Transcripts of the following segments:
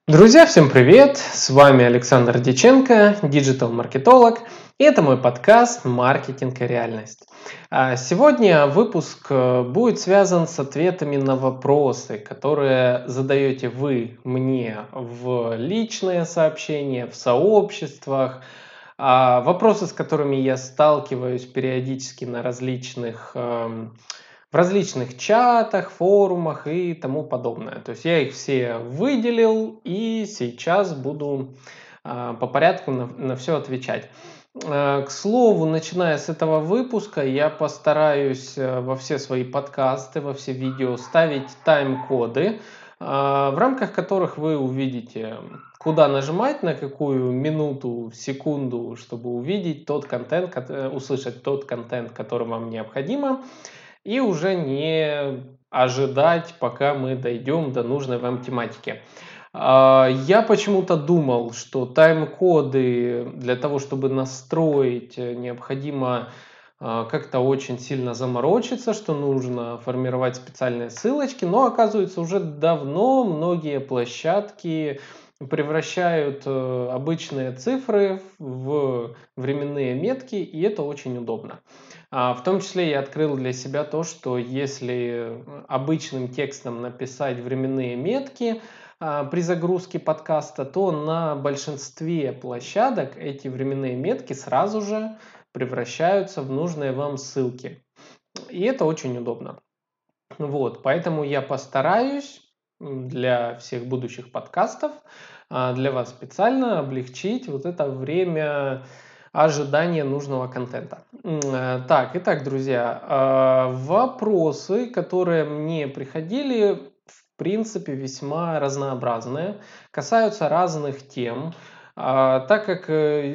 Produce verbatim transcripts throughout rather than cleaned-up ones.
Друзья, всем привет! С вами Александр Дьяченко, диджитал-маркетолог, и это мой подкаст «Маркетинг и реальность». Сегодня выпуск будет связан с ответами на вопросы, которые задаете вы мне в личные сообщения, в сообществах, вопросы, с которыми я сталкиваюсь периодически на различных в различных чатах, форумах и тому подобное. То есть я их все выделил и сейчас буду э, по порядку на, на все отвечать. Э, к слову, начиная с этого выпуска, я постараюсь э, во все свои подкасты, во все видео ставить тайм-коды, э, в рамках которых вы увидите, куда нажимать, на какую минуту, секунду, чтобы увидеть тот контент, услышать тот контент, который вам необходимо. И уже не ожидать, пока мы дойдем до нужной вам тематики. Я почему-то думал, что тайм-коды для того, чтобы настроить, необходимо как-то очень сильно заморочиться, что нужно формировать специальные ссылочки, но оказывается уже давно многие площадки превращают обычные цифры в временные метки, и это очень удобно. В том числе я открыл для себя то, что если обычным текстом написать временные метки при загрузке подкаста, то на большинстве площадок эти временные метки сразу же превращаются в нужные вам ссылки. И это очень удобно. Вот, поэтому я постараюсь для всех будущих подкастов, для вас специально облегчить вот это время ожидания нужного контента. Так, итак, друзья, вопросы, которые мне приходили, в принципе, весьма разнообразные, касаются разных тем. Так как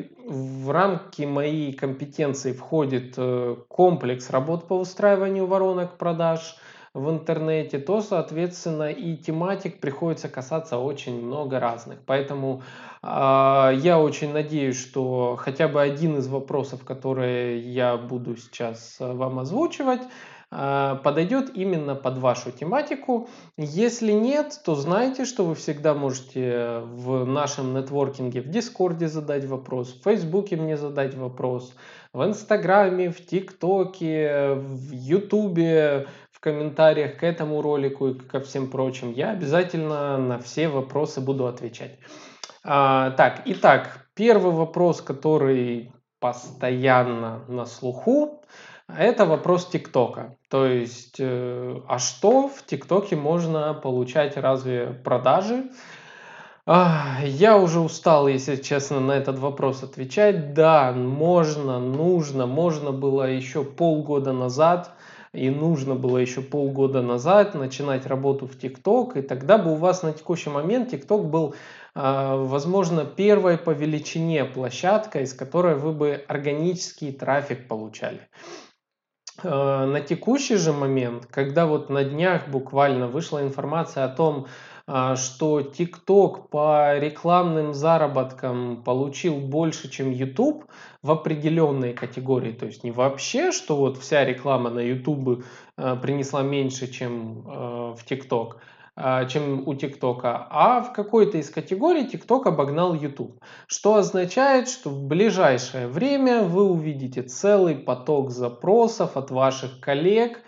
в рамки моей компетенции входит комплекс работ по выстраиванию воронок продаж в интернете, то, соответственно, и тематик приходится касаться очень много разных. Поэтому э, я очень надеюсь, что хотя бы один из вопросов, которые я буду сейчас вам озвучивать, э, подойдет именно под вашу тематику. Если нет, то знайте, что вы всегда можете в нашем нетворкинге в Дискорде задать вопрос, в Фейсбуке мне задать вопрос, в Инстаграме, в ТикТоке, в Ютубе, в комментариях к этому ролику и ко всем прочим. Я обязательно на все вопросы буду отвечать. А, так, итак, первый вопрос, который постоянно на слуху, это вопрос ТикТока. То есть, э, а что в ТикТоке можно получать, разве продажи? А, я уже устал, если честно, на этот вопрос отвечать. Да, можно, нужно, можно было еще полгода назад, и нужно было еще полгода назад начинать работу в ТикТок, и тогда бы у вас на текущий момент ТикТок был, возможно, первой по величине площадкой, из которой вы бы органический трафик получали. На текущий же момент, когда вот на днях буквально вышла информация о том, что TikTok по рекламным заработкам получил больше, чем YouTube в определенной категории, то есть не вообще, что вот вся реклама на YouTube принесла меньше, чем в TikTok, чем у ТикТока, а в какой-то из категорий ТикТок обогнал YouTube. Что означает, что в ближайшее время вы увидите целый поток запросов от ваших коллег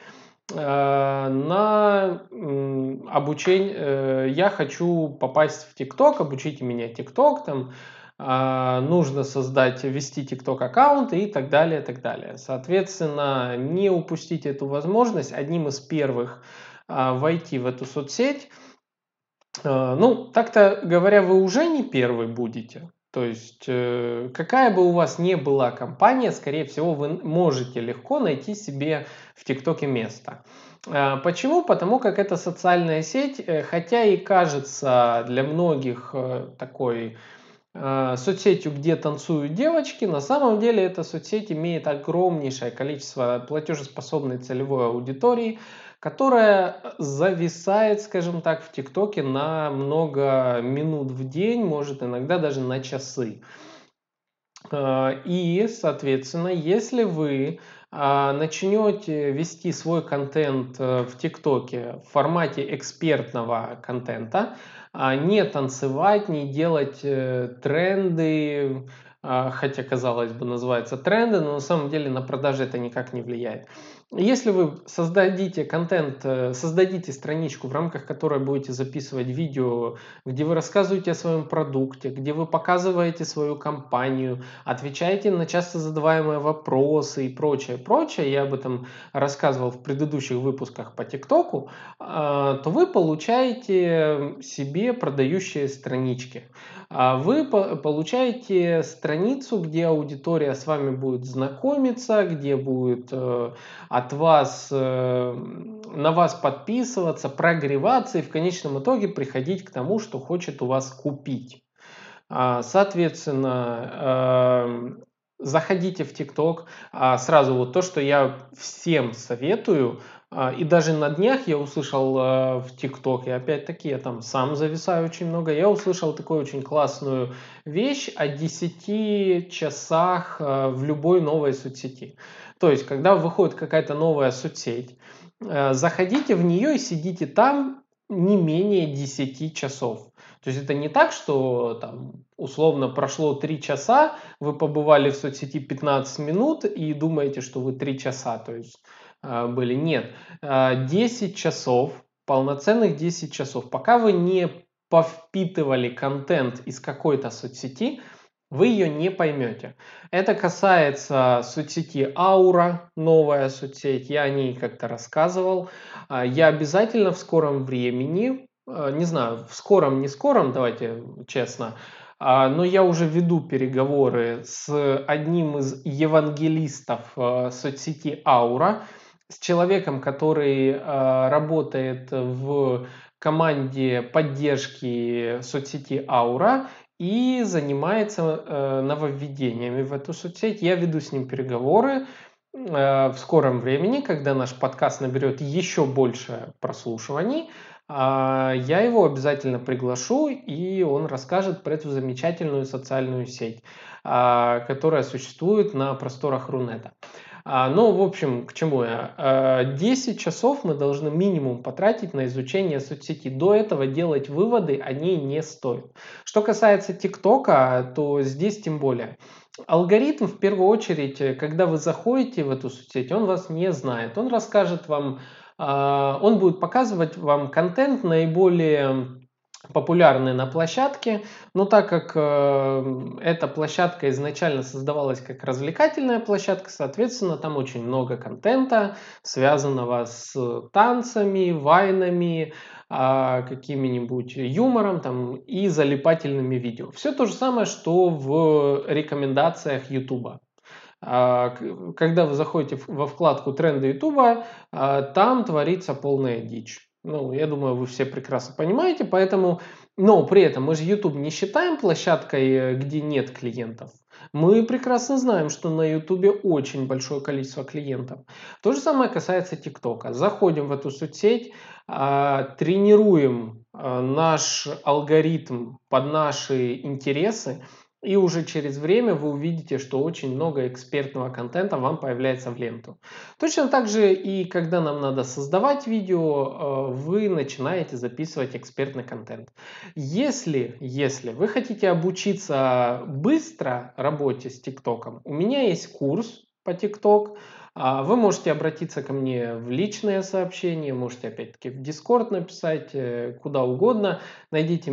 на обучение. Я хочу попасть в ТикТок, обучите меня ТикТок, там нужно создать, ввести ТикТок аккаунт и так далее, так далее. Соответственно, не упустите эту возможность. Одним из первых войти в эту соцсеть. Ну, так-то говоря, вы уже не первый будете. То есть, какая бы у вас ни была компания, скорее всего, вы можете легко найти себе в ТикТоке место. Почему? Потому как это социальная сеть, хотя и кажется для многих такой соцсетью, где танцуют девочки, на самом деле эта соцсеть имеет огромнейшее количество платежеспособной целевой аудитории, которая зависает, скажем так, в ТикТоке на много минут в день, может иногда даже на часы. И, соответственно, если вы а, начнете вести свой контент э, в ТикТоке в формате экспертного контента, а, не танцевать, не делать э, тренды, а, хотя, казалось бы, называется тренды, но на самом деле на продажи это никак не влияет. Если вы создадите контент, э, создадите страничку, в рамках которой будете записывать видео, где вы рассказываете о своем продукте, где вы показываете свою компанию, отвечаете на часто задаваемые вопросы и прочее, прочее, я об этом рассказывал в предыдущих выпусках по ТикТоку, а, то вы получаете себе продающие странички. А Вы по- получаете страницу, где аудитория с вами будет знакомиться, где будет э, от вас, э, на вас подписываться, прогреваться и в конечном итоге приходить к тому, что хочет у вас купить. А, Соответственно, эм, заходите в ТикТок. А, Сразу вот то, что я всем советую, а, и даже на днях я услышал э, в ТикТоке, опять-таки я там сам зависаю очень много, я услышал такую очень классную вещь о десяти часах э, в любой новой соцсети. То есть, когда выходит какая-то новая соцсеть, э, заходите в нее и сидите там не менее десяти часов. То есть это не так, что там условно прошло три часа, вы побывали в соцсети пятнадцать минут и думаете, что вы три часа, то есть э, были. Нет, э, десять часов, полноценных десять часов. Пока вы не повпитывали контент из какой-то соцсети, вы ее не поймете. Это касается соцсети Aura, новая соцсеть, я о ней как-то рассказывал. А, Я обязательно в скором времени, э, не знаю, в скором, не скором, давайте честно, а, но я уже веду переговоры с одним из евангелистов э, соцсети Aura, с человеком, который э, работает в команде поддержки соцсети Aura и занимается э, нововведениями в эту соцсеть. Я веду с ним переговоры э, в скором времени, когда наш подкаст наберет еще больше прослушиваний. а, Я его обязательно приглашу, и он расскажет про эту замечательную социальную сеть, а, которая существует на просторах Рунета. А, Ну, в общем, к чему я? А, десять часов мы должны минимум потратить на изучение соцсети. До этого делать выводы о ней не стоит. Что касается ТикТока, то здесь тем более. Алгоритм, в первую очередь, э, когда вы заходите в эту соцсеть, он вас не знает. Он расскажет вам, а, он будет показывать вам контент наиболее популярный на площадке, но так как э, эта площадка изначально создавалась как развлекательная площадка, соответственно, там очень много контента, связанного с танцами, вайнами, а, какими-нибудь юмором там, и залипательными видео. Все то же самое, что в рекомендациях YouTube. А, к- Когда вы заходите в- во вкладку тренды YouTube, а, там творится полная дичь. Ну, я думаю, вы все прекрасно понимаете, поэтому, но при этом мы же YouTube не считаем площадкой, э, где нет клиентов. Мы прекрасно знаем, что на YouTube очень большое количество клиентов. То же самое касается TikTok. Заходим в эту соцсеть, а, тренируем а, наш алгоритм под наши интересы, и уже через время вы увидите, что очень много экспертного контента вам появляется в ленту. Точно так же и когда нам надо создавать видео, э, вы начинаете записывать экспертный контент. Если, если вы хотите обучиться быстро работе с ТикТоком, у меня есть курс по ТикТок. А, Вы можете обратиться ко мне в личные сообщения, можете опять-таки в Discord написать, э, куда угодно. Найдите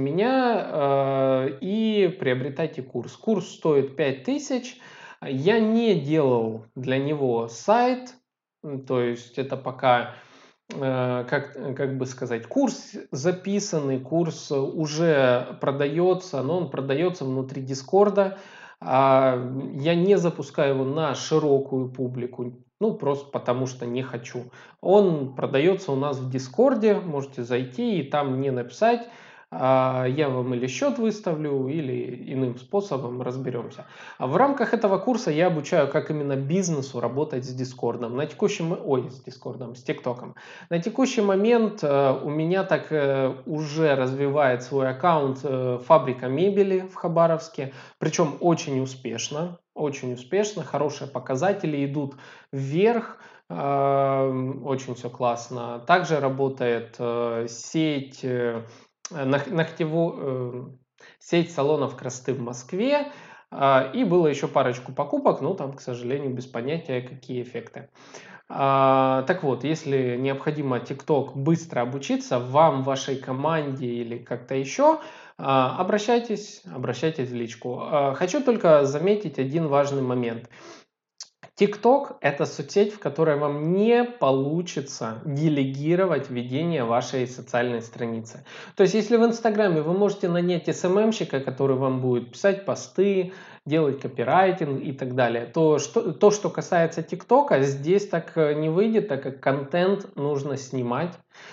меня э, и приобретайте курс. Курс стоит пять тысяч. Я не делал для него сайт, м, то есть это пока, э, как, как бы сказать, курс записанный, курс уже продается, но он продается внутри Дискорда. А Я не запускаю его на широкую публику, ну просто потому что не хочу. Он продается у нас в Дискорде, можете зайти и там мне написать. а, я вам или счет выставлю, или иным способом разберемся. А в рамках этого курса я обучаю, как именно бизнесу работать с Дискордом. На текущий, мо- ой, с Дискордом, с ТикТоком. На текущий момент э, у меня так э, уже развивает свой аккаунт э, фабрика мебели в Хабаровске, причем очень успешно, очень успешно, хорошие показатели идут вверх. Э, Очень все классно. Также работает э, сеть э, нах- ногтево- э, сеть салонов красоты в Москве. А, И было еще парочку покупок, но там, к сожалению, без понятия, какие эффекты. А, Так вот, если необходимо TikTok быстро обучиться, вам, вашей команде или как-то еще, а, обращайтесь, обращайтесь в личку. А, Хочу только заметить один важный момент. TikTok– это соцсеть, в которой вам не получится делегировать ведение вашей социальной страницы. То есть, если в Инстаграме вы можете нанять эс эм эм-щика, который вам будет писать посты, делать копирайтинг и так далее, то, что, то, что касается ТикТока, здесь так э, не выйдет, так как контент нужно снимать.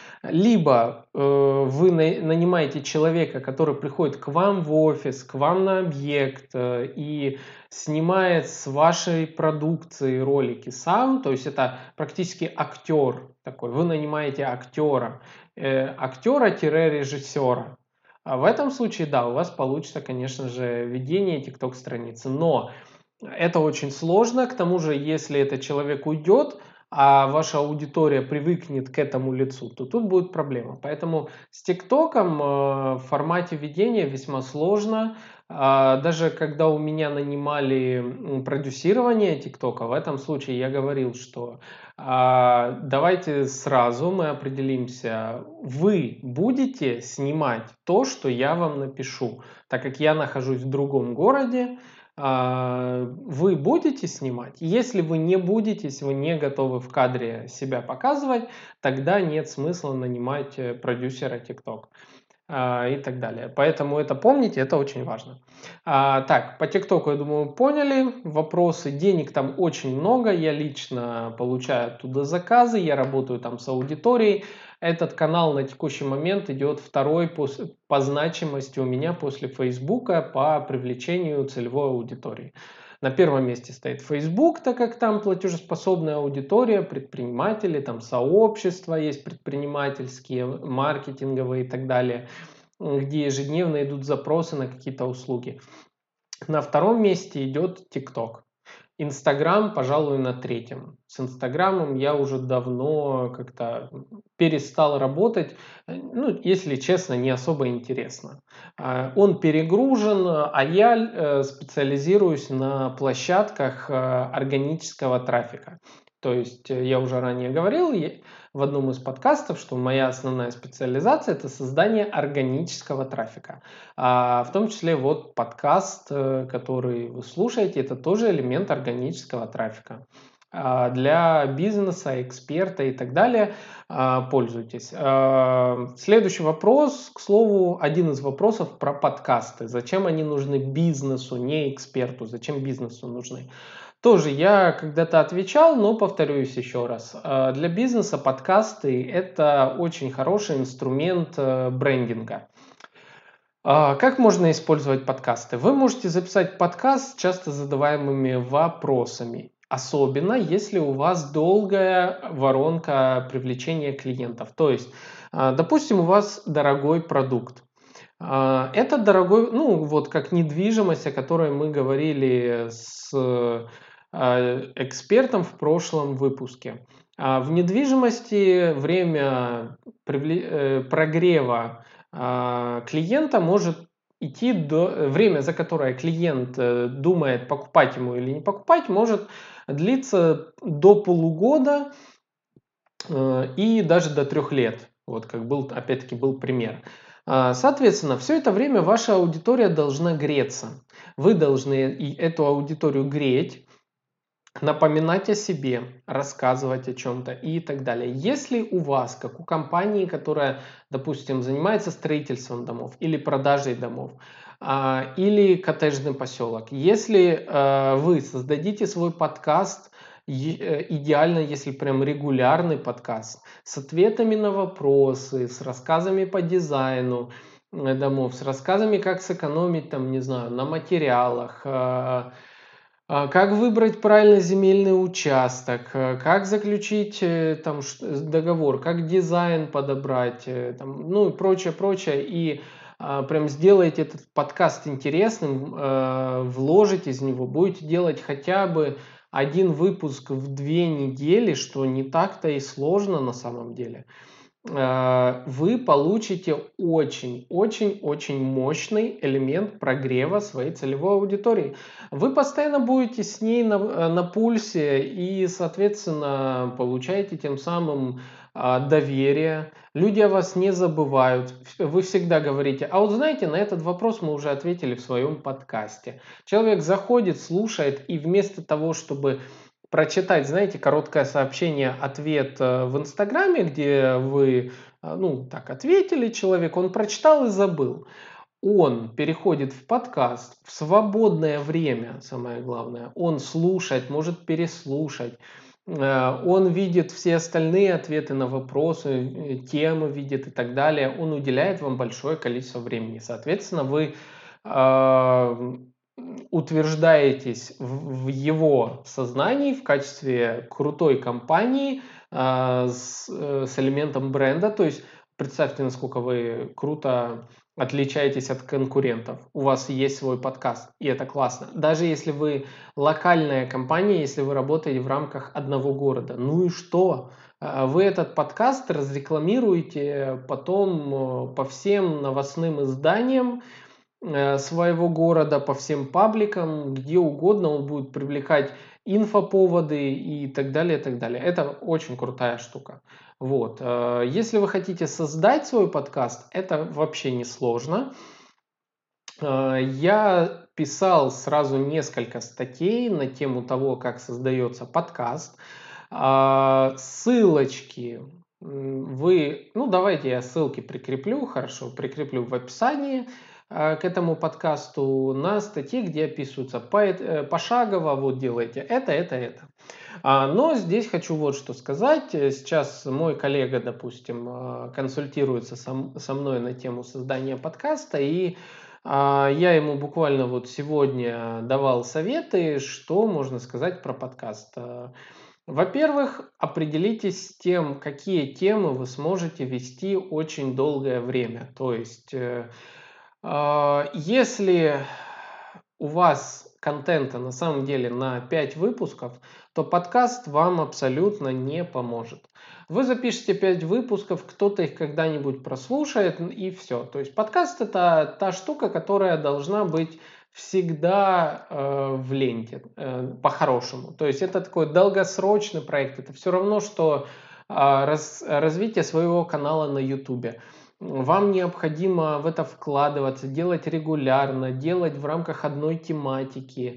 Либо э, вы на- нанимаете человека, который приходит к вам в офис, к вам на объект э, и снимает с вашей продукции ролики сам, то есть это практически актер такой. Вы нанимаете актера, э, актера-режиссера. А в этом случае, да, у вас получится, конечно же, ведение TikTok страницы. Но это очень сложно. К тому же, если этот человек уйдет, а ваша аудитория привыкнет к этому лицу, то тут будет проблема. Поэтому с ТикТоком э, в формате ведения весьма сложно. А, Даже когда у меня нанимали м, продюсирование ТикТока, в этом случае я говорил, что а, давайте сразу мы определимся, вы будете снимать то, что я вам напишу, так как я нахожусь в другом городе, а, вы будете снимать. Если вы не будете, если вы не готовы в кадре себя показывать, тогда нет смысла нанимать э, продюсера TikTok а, и так далее. Поэтому это помните, это очень важно. А, так, по ТикТоку, я думаю, поняли вопросы. Денег там очень много. Я лично получаю оттуда заказы. Я работаю там с аудиторией. Этот канал на текущий момент идет второй по, по значимости у меня после Фейсбука по привлечению целевой аудитории. На первом месте стоит Facebook, так как там платежеспособная аудитория, предприниматели, там сообщества есть предпринимательские, маркетинговые и так далее, где ежедневно идут запросы на какие-то услуги. На втором месте идет TikTok. Инстаграм, пожалуй, на третьем. С Инстаграмом я уже давно как-то перестал работать. Ну, если честно, не особо интересно. А, Он перегружен, а я э, специализируюсь на площадках э, органического трафика. То есть э, я уже ранее говорил е- в одном из подкастов, что моя основная специализация– это создание органического трафика. А, в том числе вот подкаст, э, который вы слушаете, это тоже элемент органического трафика. А, Для бизнеса, эксперта и так далее а, пользуйтесь. А, Следующий вопрос, к слову, один из вопросов про подкасты. Зачем они нужны бизнесу, не эксперту? Зачем бизнесу нужны? Тоже я когда-то отвечал, но повторюсь еще раз. А, Для бизнеса подкасты– это очень хороший инструмент э, брендинга. А, Как можно использовать подкасты? Вы можете записать подкаст с часто задаваемыми вопросами, особенно если у вас долгая воронка привлечения клиентов. То есть, а, допустим, у вас дорогой продукт. А, Это дорогой, ну вот как недвижимость, о которой мы говорили с а, экспертом в прошлом выпуске. А В недвижимости время привле- э, прогрева а, клиента может идти до... Время, за которое клиент э, думает, покупать ему или не покупать, может длиться до полугода э, и даже до трех лет. Вот как был, опять-таки, был пример. А, Соответственно, все это время ваша аудитория должна греться. Вы должны и эту аудиторию греть, напоминать о себе, рассказывать о чем-то и так далее. Если у вас, как у компании, которая, допустим, занимается строительством домов или продажей домов, а, или коттеджный поселок, если э, вы создадите свой подкаст, е- э, идеально, если прям регулярный подкаст, с ответами на вопросы, с рассказами по дизайну, э, домов, с рассказами, как сэкономить, там, не знаю, на материалах, э, а, как выбрать правильно земельный участок, э, как заключить э, там ш- э, договор, как дизайн подобрать, э, там, ну и прочее, прочее. И а, прям сделайте этот подкаст интересным, э, вложите из него, будете делать хотя бы один выпуск в две недели, что не так-то и сложно на самом деле. Э, вы получите очень-очень-очень мощный элемент прогрева своей целевой аудитории. Вы постоянно будете с ней на, э, на пульсе и, соответственно, получаете тем самым а, доверие. Люди о вас не забывают. Вы всегда говорите, а вот знаете, на этот вопрос мы уже ответили в своем подкасте. Человек заходит, слушает, и вместо того, чтобы прочитать, знаете, короткое сообщение, ответ э, в Инстаграме, где вы, э, ну, так ответили человеку, он прочитал и забыл. Он переходит в подкаст в свободное время, самое главное. Он слушает, может переслушать. Э, Он видит все остальные ответы на вопросы, э, темы видит и так далее. Он уделяет вам большое количество времени. Соответственно, вы э, утверждаетесь в, в его сознании в качестве крутой компании э, с, э, с элементом бренда. То есть представьте, насколько вы круто отличаетесь от конкурентов. У вас есть свой подкаст, и это классно. Даже если вы локальная компания, если вы работаете в рамках одного города. Ну и что? А, Вы этот подкаст разрекламируете потом э, по всем новостным изданиям э, своего города, по всем пабликам, где угодно он будет привлекать инфоповоды и так далее, и так далее. Это очень крутая штука. Вот. э, Если вы хотите создать свой подкаст, это вообще не сложно. Э, Я писал сразу несколько статей на тему того, как создается подкаст. А, Ссылочки м, вы, ну давайте я ссылки прикреплю, хорошо, прикреплю в описании э, к этому подкасту на статьи, где описываются по- э, пошагово, вот делайте это, это, это. А, Но здесь хочу вот что сказать. Э, Сейчас мой коллега, допустим, э, консультируется со м- со мной на тему создания подкаста, и а, я ему буквально вот сегодня давал советы, что можно сказать про подкаст. Э, Во-первых, определитесь с тем, какие темы вы сможете вести очень долгое время. То есть, э, а, если у вас контента на самом деле на пять выпусков, то подкаст вам абсолютно не поможет. Вы запишете пять выпусков, кто-то их когда-нибудь прослушает и все. То есть подкаст это та штука, которая должна быть всегда э, в ленте, э, по-хорошему. То есть это такой долгосрочный проект. Это все равно, что э, раз- развитие своего канала на YouTube. Вам необходимо в это вкладываться, делать регулярно, делать в рамках одной тематики,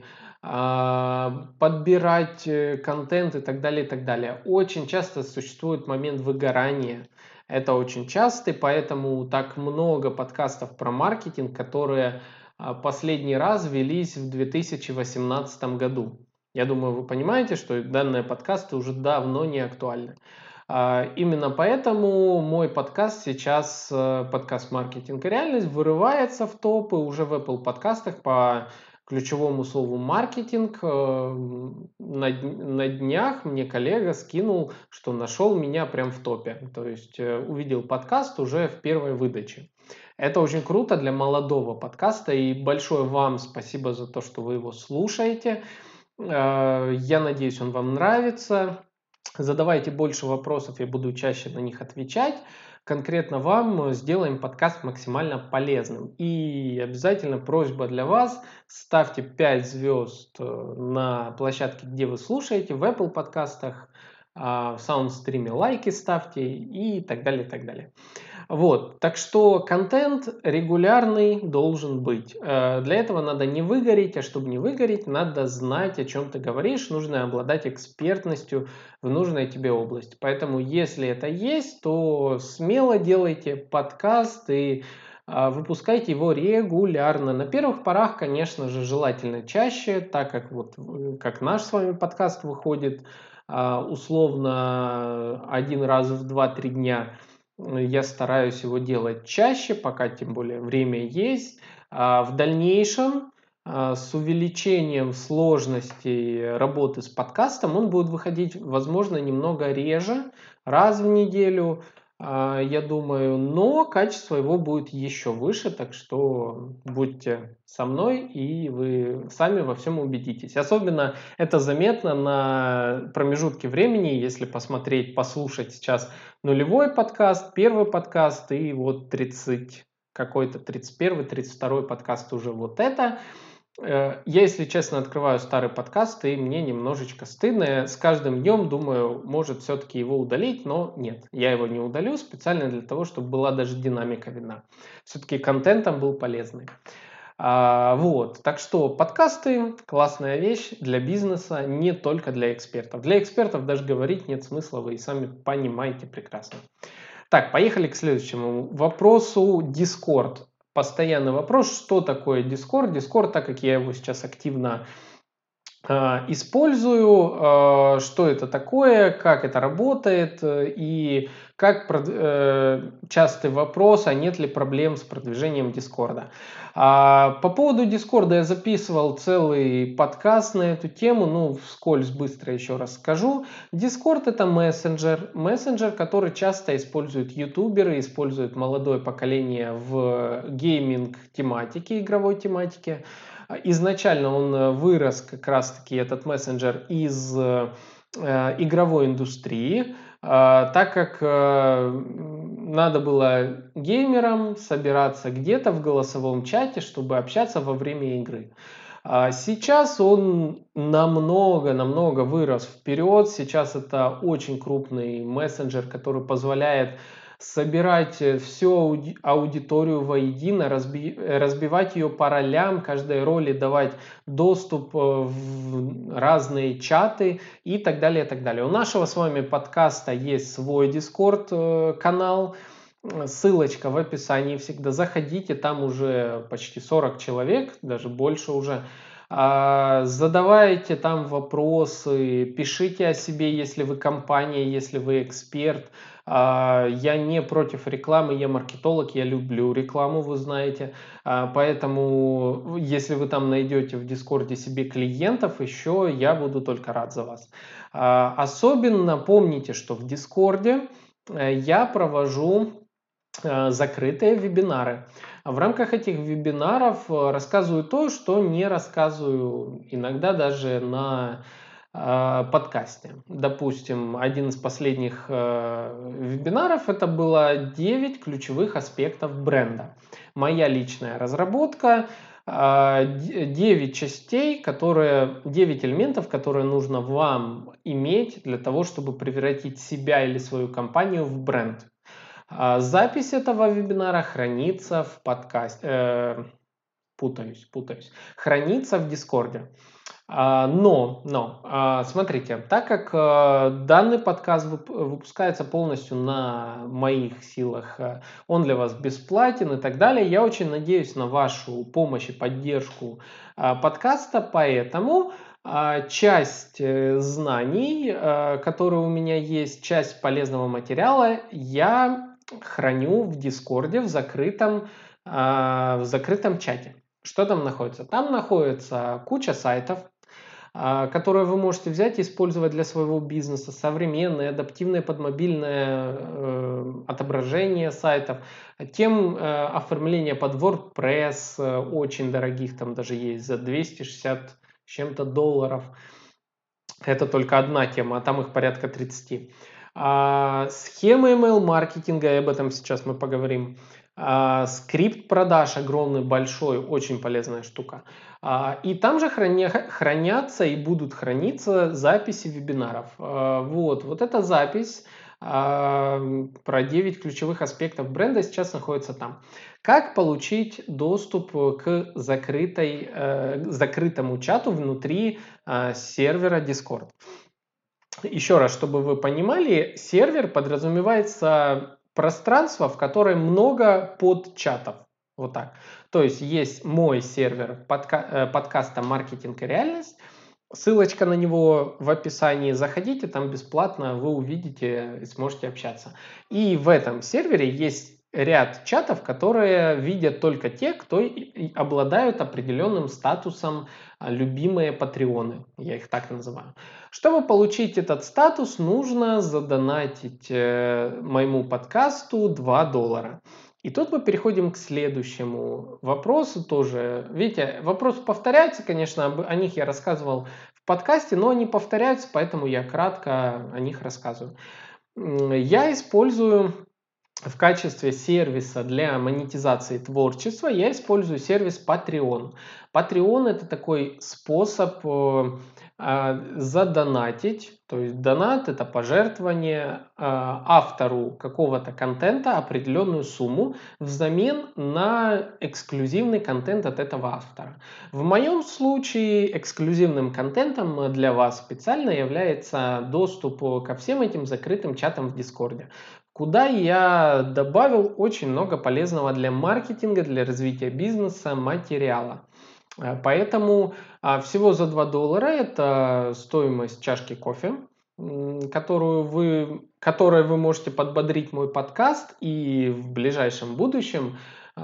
а, подбирать э, контент и так далее, и так далее. Очень часто существует момент выгорания. Это очень часто, и поэтому так много подкастов про маркетинг, которые а, последний раз велись в две тысячи восемнадцатом году. Я думаю, вы понимаете, что данные подкасты уже давно не актуальны. А, Именно поэтому мой подкаст сейчас, э, подкаст «Маркетинг и реальность», вырывается в топы уже в Apple подкастах по ключевому слову «маркетинг». Э, На, дн- на днях мне коллега скинул, что нашел меня прям в топе. То есть э, увидел подкаст уже в первой выдаче. Это очень круто для молодого подкаста, и большое вам спасибо за то, что вы его слушаете. Э, Я надеюсь, он вам нравится. Задавайте больше вопросов, я буду чаще на них отвечать. Конкретно вам сделаем подкаст максимально полезным. И обязательно просьба для вас: ставьте пять звезд на площадке, где вы слушаете, в Apple подкастах, в Soundstream лайки ставьте и так далее, и так далее. Вот, так что контент регулярный должен быть. Э, Для этого надо не выгореть, а чтобы не выгореть, надо знать, о чем ты говоришь, нужно обладать экспертностью в нужной тебе области. Поэтому, если это есть, то смело делайте подкаст и а, выпускайте его регулярно. На первых порах, конечно же, желательно чаще, так как вот э, как наш с вами подкаст выходит а, условно один раз в два-три дня. Я стараюсь его делать чаще, пока тем более время есть. А в дальнейшем с увеличением сложности работы с подкастом он будет выходить, возможно, немного реже, раз в неделю, я думаю, но качество его будет еще выше, так что будьте со мной, и вы сами во всем убедитесь. Особенно это заметно на промежутке времени, если посмотреть, послушать сейчас нулевой подкаст, первый подкаст и вот тридцать какой-то тридцать первый, тридцать второй подкаст уже вот это. Я, если честно, открываю старый подкаст, и мне немножечко стыдно. С каждым днем думаю, может все-таки его удалить, но нет, я его не удалю специально для того, чтобы была даже динамика видна. Все-таки контент там был полезный. А, вот, так что подкасты – классная вещь для бизнеса, не только для экспертов. Для экспертов даже говорить нет смысла, вы и сами понимаете прекрасно. Так, поехали к следующему вопросу. Discord. Постоянный вопрос, что такое Discord. Discord, так как я его сейчас активно э, использую, э, что это такое, как это работает и как э, частый вопрос, а нет ли проблем с продвижением Discord. А, по поводу Discord я записывал целый подкаст на эту тему, ну, вскользь быстро еще раз скажу. Discord это мессенджер, мессенджер, который часто используют ютуберы, используют молодое поколение в гейминг-тематике, игровой тематике. Изначально он вырос как раз-таки, этот мессенджер, из э, игровой индустрии, так как надо было геймерам собираться где-то в голосовом чате, чтобы общаться во время игры. Сейчас он намного-намного вырос вперед. Сейчас это очень крупный мессенджер, который позволяет собирать всю аудиторию воедино, разби, разбивать ее по ролям, каждой роли давать доступ в разные чаты и так далее, и так далее. У нашего с вами подкаста есть свой Discord канал, ссылочка в описании всегда. Заходите, там уже почти сорок человек, даже больше уже. Задавайте там вопросы, пишите о себе, если вы компания, если вы эксперт. Я не против рекламы, я маркетолог, я люблю рекламу, вы знаете. Поэтому, если вы там найдете в Дискорде себе клиентов, еще я буду только рад за вас. Особенно помните, что в Дискорде я провожу закрытые вебинары. В рамках этих вебинаров рассказываю то, что не рассказываю иногда даже на э, подкасте. Допустим, один из последних э, вебинаров это было девять ключевых аспектов бренда. Моя личная разработка, девять частей, которые, девять элементов, которые нужно вам иметь для того, чтобы превратить себя или свою компанию в бренд. Запись этого вебинара хранится в подкасте, э, путаюсь, путаюсь, хранится в Дискорде. Но, но, смотрите, так как данный подкаст выпускается полностью на моих силах, он для вас бесплатен и так далее, я очень надеюсь на вашу помощь и поддержку подкаста, поэтому часть знаний, которые у меня есть, часть полезного материала я храню в Дискорде в закрытом, в закрытом чате. Что там находится? Там находится куча сайтов, которые вы можете взять и использовать для своего бизнеса. Современные, адаптивные под мобильное э, отображение сайтов. Тем э, оформление под WordPress, э, очень дорогих, там даже есть за двести шестьдесят с чем-то долларов. Это только одна тема, а там их порядка тридцать. А, схемы email-маркетинга, и об этом сейчас мы поговорим. А, скрипт продаж огромный, большой, очень полезная штука. А, и там же храня, хранятся и будут храниться записи вебинаров. А, вот, вот эта запись а, про девять ключевых аспектов бренда сейчас находится там. Как получить доступ к закрытой, э, закрытому чату внутри э, сервера Discord? Еще раз, чтобы вы понимали, сервер подразумевается пространство, в котором много подчатов. Вот так. То есть есть мой сервер подка- подкаста «Маркетинг и реальность», Ссылочка на него в описании. Заходите, там бесплатно вы увидите и сможете общаться. И в этом сервере есть ряд чатов, которые видят только те, кто обладают определенным статусом любимые патреоны. Я их так называю. Чтобы получить этот статус, нужно задонатить моему подкасту два доллара. И тут мы переходим к следующему вопросу тоже. Видите, вопросы повторяются, конечно, о них я рассказывал в подкасте, но они повторяются, поэтому я кратко о них рассказываю. Я использую в качестве сервиса для монетизации творчества, я использую сервис Patreon. Patreon — это такой способ задонатить, то есть донат — это пожертвование автору какого-то контента определенную сумму взамен на эксклюзивный контент от этого автора. В моем случае эксклюзивным контентом для вас специально является доступ ко всем этим закрытым чатам в Дискорде, куда я добавил очень много полезного для маркетинга, для развития бизнеса материала. Поэтому всего за два доллара это стоимость чашки кофе, которую вы, которой вы можете подбодрить мой подкаст, и в ближайшем будущем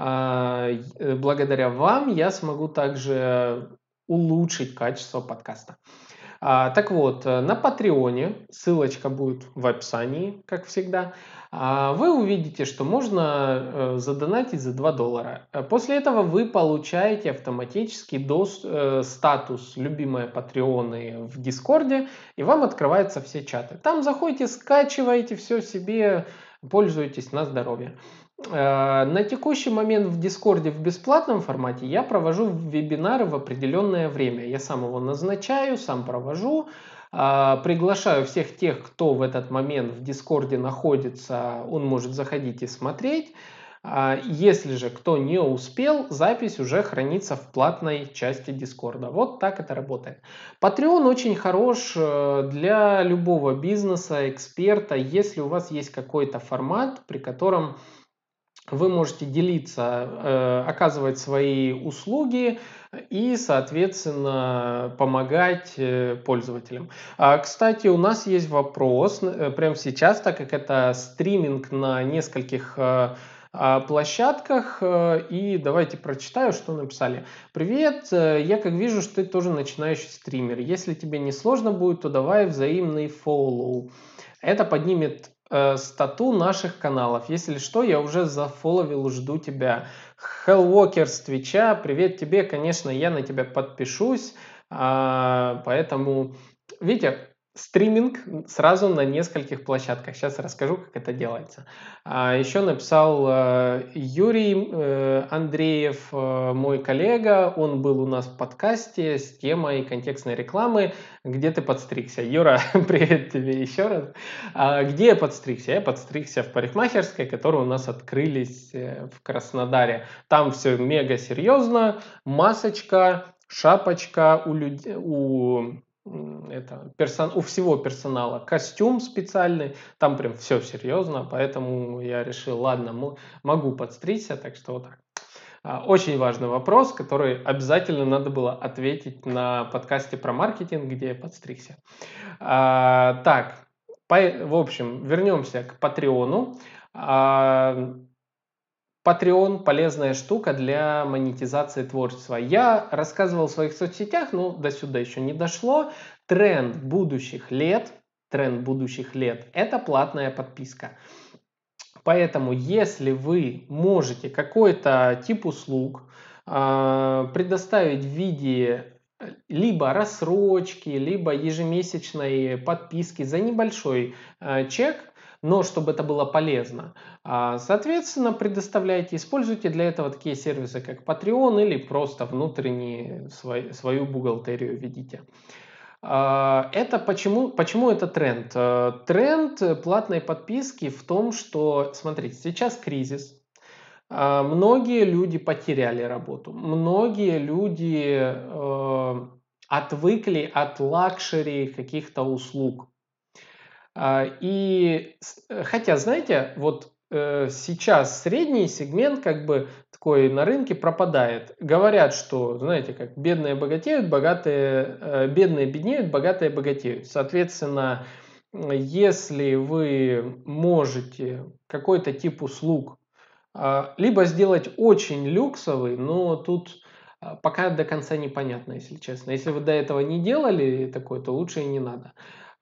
благодаря вам я смогу также улучшить качество подкаста. Так вот, на Патреоне, ссылочка будет в описании, как всегда, вы увидите, что можно задонатить за два доллара. После этого вы получаете автоматически дос, статус «Любимые патреоны» в Дискорде, и вам открываются все чаты. Там заходите, скачиваете все себе, пользуйтесь на здоровье. На текущий момент в Дискорде в бесплатном формате я провожу вебинары в определенное время. Я сам его назначаю, сам провожу, приглашаю всех тех, кто в этот момент в Дискорде находится, он может заходить и смотреть. Если же кто не успел, запись уже хранится в платной части Дискорда. Вот так это работает. Patreon очень хорош для любого бизнеса, эксперта, если у вас есть какой-то формат, при котором вы можете делиться, оказывать свои услуги и, соответственно, помогать пользователям. Кстати, у нас есть вопрос прямо сейчас, так как это стриминг на нескольких площадках. И давайте прочитаю, что написали. Привет, я как вижу, что ты тоже начинающий стример. Если тебе не сложно будет, то давай взаимный фоллоу. Это поднимет стату наших каналов. Если что, я уже зафоловил, жду тебя. Hellwalker с Твича, привет тебе, конечно, я на тебя подпишусь, поэтому, видите, стриминг сразу на нескольких площадках. Сейчас расскажу, как это делается. Еще написал Юрий Андреев, мой коллега, он был у нас в подкасте с темой контекстной рекламы. Где ты подстригся? Юра, привет тебе еще раз. Где я подстригся? Я подстригся в парикмахерской, которые у нас открылись в Краснодаре. Там все мега серьезно, масочка, шапочка у людей, у Это, персон, у всего персонала костюм специальный, там прям все серьезно, поэтому я решил, ладно, могу подстричься, так что вот так. Очень важный вопрос, который обязательно надо было ответить на подкасте про маркетинг, где я подстригся. А, так, по, в общем, вернемся к Патреону. А, Patreon – полезная штука для монетизации творчества. Я рассказывал в своих соцсетях, но до сюда еще не дошло. Тренд будущих лет, тренд будущих лет – это платная подписка. Поэтому, если вы можете какой-то тип услуг э, предоставить в виде либо рассрочки, либо ежемесячной подписки за небольшой э, чек, но чтобы это было полезно. Соответственно, предоставляйте, используйте для этого такие сервисы, как Patreon, или просто внутренние свой, свою бухгалтерию ведите. Это почему, почему это тренд? Тренд платной подписки в том, что, смотрите, сейчас кризис, многие люди потеряли работу, многие люди э, отвыкли от лакшери каких-то услуг. И хотя, знаете, вот сейчас средний сегмент как бы такой на рынке пропадает. Говорят, что, знаете, как бедные богатеют, богатые, э, бедные беднеют, богатые богатеют. Соответственно, если вы можете какой-то тип услуг а, либо сделать очень люксовый, но тут а, пока до конца непонятно, если честно. Если вы до этого не делали такой, то лучше и не надо.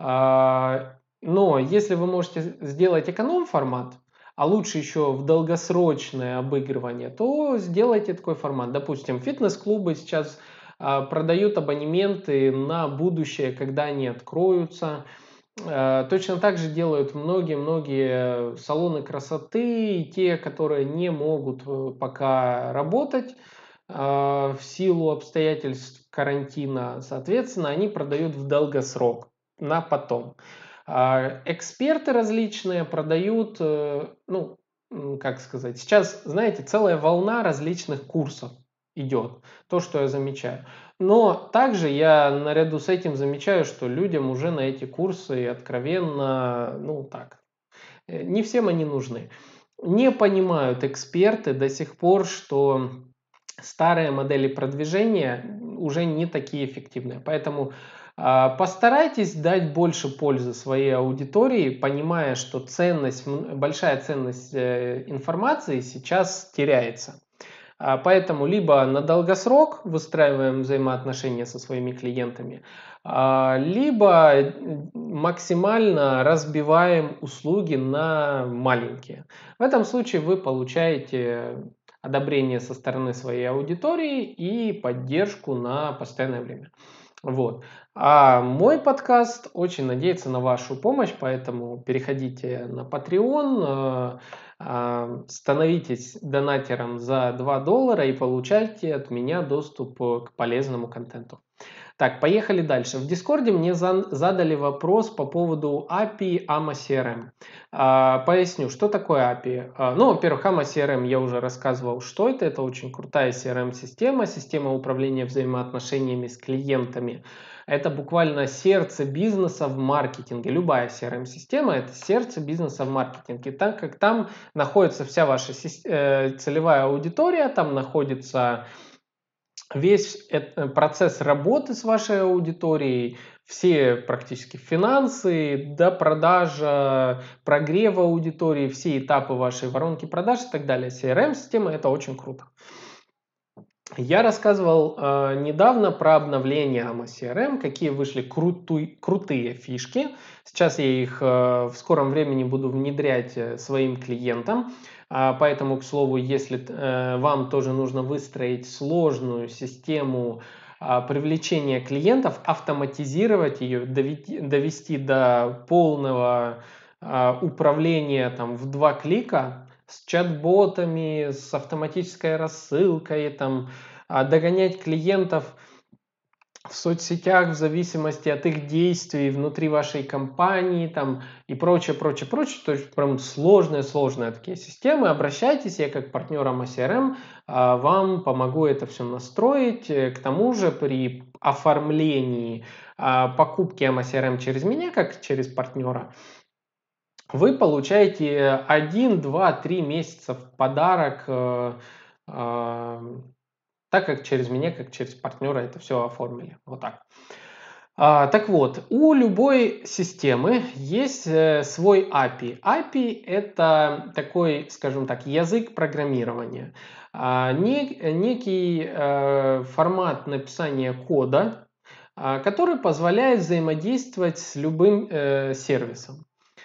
А, Но если вы можете сделать эконом-формат, а лучше еще в долгосрочное обыгрывание, то сделайте такой формат. Допустим, фитнес-клубы сейчас а, продают абонементы на будущее, когда они откроются. Э, Точно так же делают многие-многие салоны красоты, и те, которые не могут э, пока работать э, в силу обстоятельств карантина, соответственно, они продают в долгосрок, на потом. А Эксперты различные продают, э, ну, м, как сказать, сейчас, знаете, целая волна различных курсов идет, то, что я замечаю. Но также я наряду с этим замечаю, что людям уже на эти курсы откровенно, ну так, э, не всем они нужны. Не понимают эксперты до сих пор, что старые модели продвижения уже не такие эффективные. Поэтому а, постарайтесь дать больше пользы своей аудитории, понимая, что ценность, м, большая ценность э, информации сейчас теряется. А, Поэтому либо на долгосрок выстраиваем взаимоотношения со своими клиентами, а, либо э, максимально разбиваем услуги на маленькие. В этом случае вы получаете одобрение со стороны своей аудитории и поддержку на постоянное время. Вот. А мой подкаст очень надеется на вашу помощь, поэтому переходите на Patreon, э, э, становитесь донатером за два доллара и получайте от меня доступ э, к полезному контенту. Так, поехали дальше. В Дискорде мне задали вопрос по поводу эй пи ай эй эм о си эр эм. А, поясню, что такое эй пи ай. А, ну, во-первых, эй эм о си эр эм я уже рассказывал, что это. Это очень крутая си эр эм-система, система управления взаимоотношениями с клиентами. Это буквально сердце бизнеса в маркетинге. Любая си эр эм-система – это сердце бизнеса в маркетинге, так как там находится вся ваша э, целевая аудитория, там находится весь процесс работы с вашей аудиторией, все практически финансы, до продажа, прогрева аудитории, все этапы вашей воронки продаж и так далее. си эр эм-система – это очень круто. Я рассказывал э, недавно про обновление эй эм о си эр эм, какие вышли круту- крутые фишки. Сейчас я их э, в скором времени буду внедрять э, своим клиентам. А, поэтому, к слову, если э, вам тоже нужно выстроить сложную систему а, привлечения клиентов, автоматизировать ее, довести, довести до полного а, управления там, в два клика, с чат-ботами, с автоматической рассылкой, там, а, догонять клиентов в соцсетях в зависимости от их действий внутри вашей компании там, и прочее, прочее, прочее. То есть прям сложные-сложные такие системы. Обращайтесь, я как партнер эй эм о си эр эм а, вам помогу это все настроить. К тому же при оформлении а, покупки эй эм о си эр эм через меня, как через партнера, вы получаете один, два, три месяца в подарок, э, э, так как через меня, как через партнера это все оформили. Вот так. А, так вот, у любой системы есть э, свой эй пи ай. эй пи – это такой, скажем так, язык программирования. А, не- некий э, формат написания кода, а, который позволяет взаимодействовать с любым э, сервисом.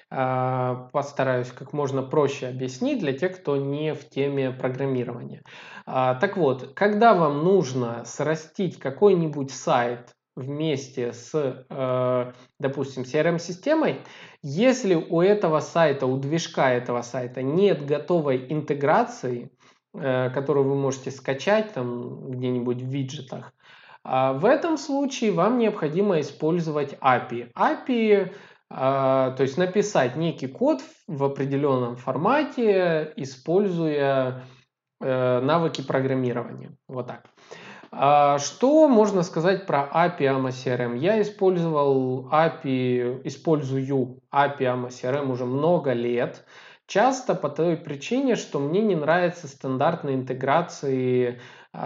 А, Постараюсь как можно проще объяснить для тех, кто не в теме программирования. А, Так вот, когда вам нужно срастить какой-нибудь сайт вместе с, э, допустим, си эр эм-системой, если у этого сайта, у движка этого сайта нет готовой интеграции, э, которую вы можете скачать там где-нибудь в виджетах, а, в этом случае вам необходимо использовать эй пи ай. эй пи, а, то есть написать некий код в определенном формате, используя э, навыки программирования. Вот так. А, Что можно сказать про эй пи ай эй эм о си эр эм? Я использовал эй пи ай, использую эй пи ай эй эм о си эр эм уже много лет. Часто по той причине, что мне не нравятся стандартные интеграции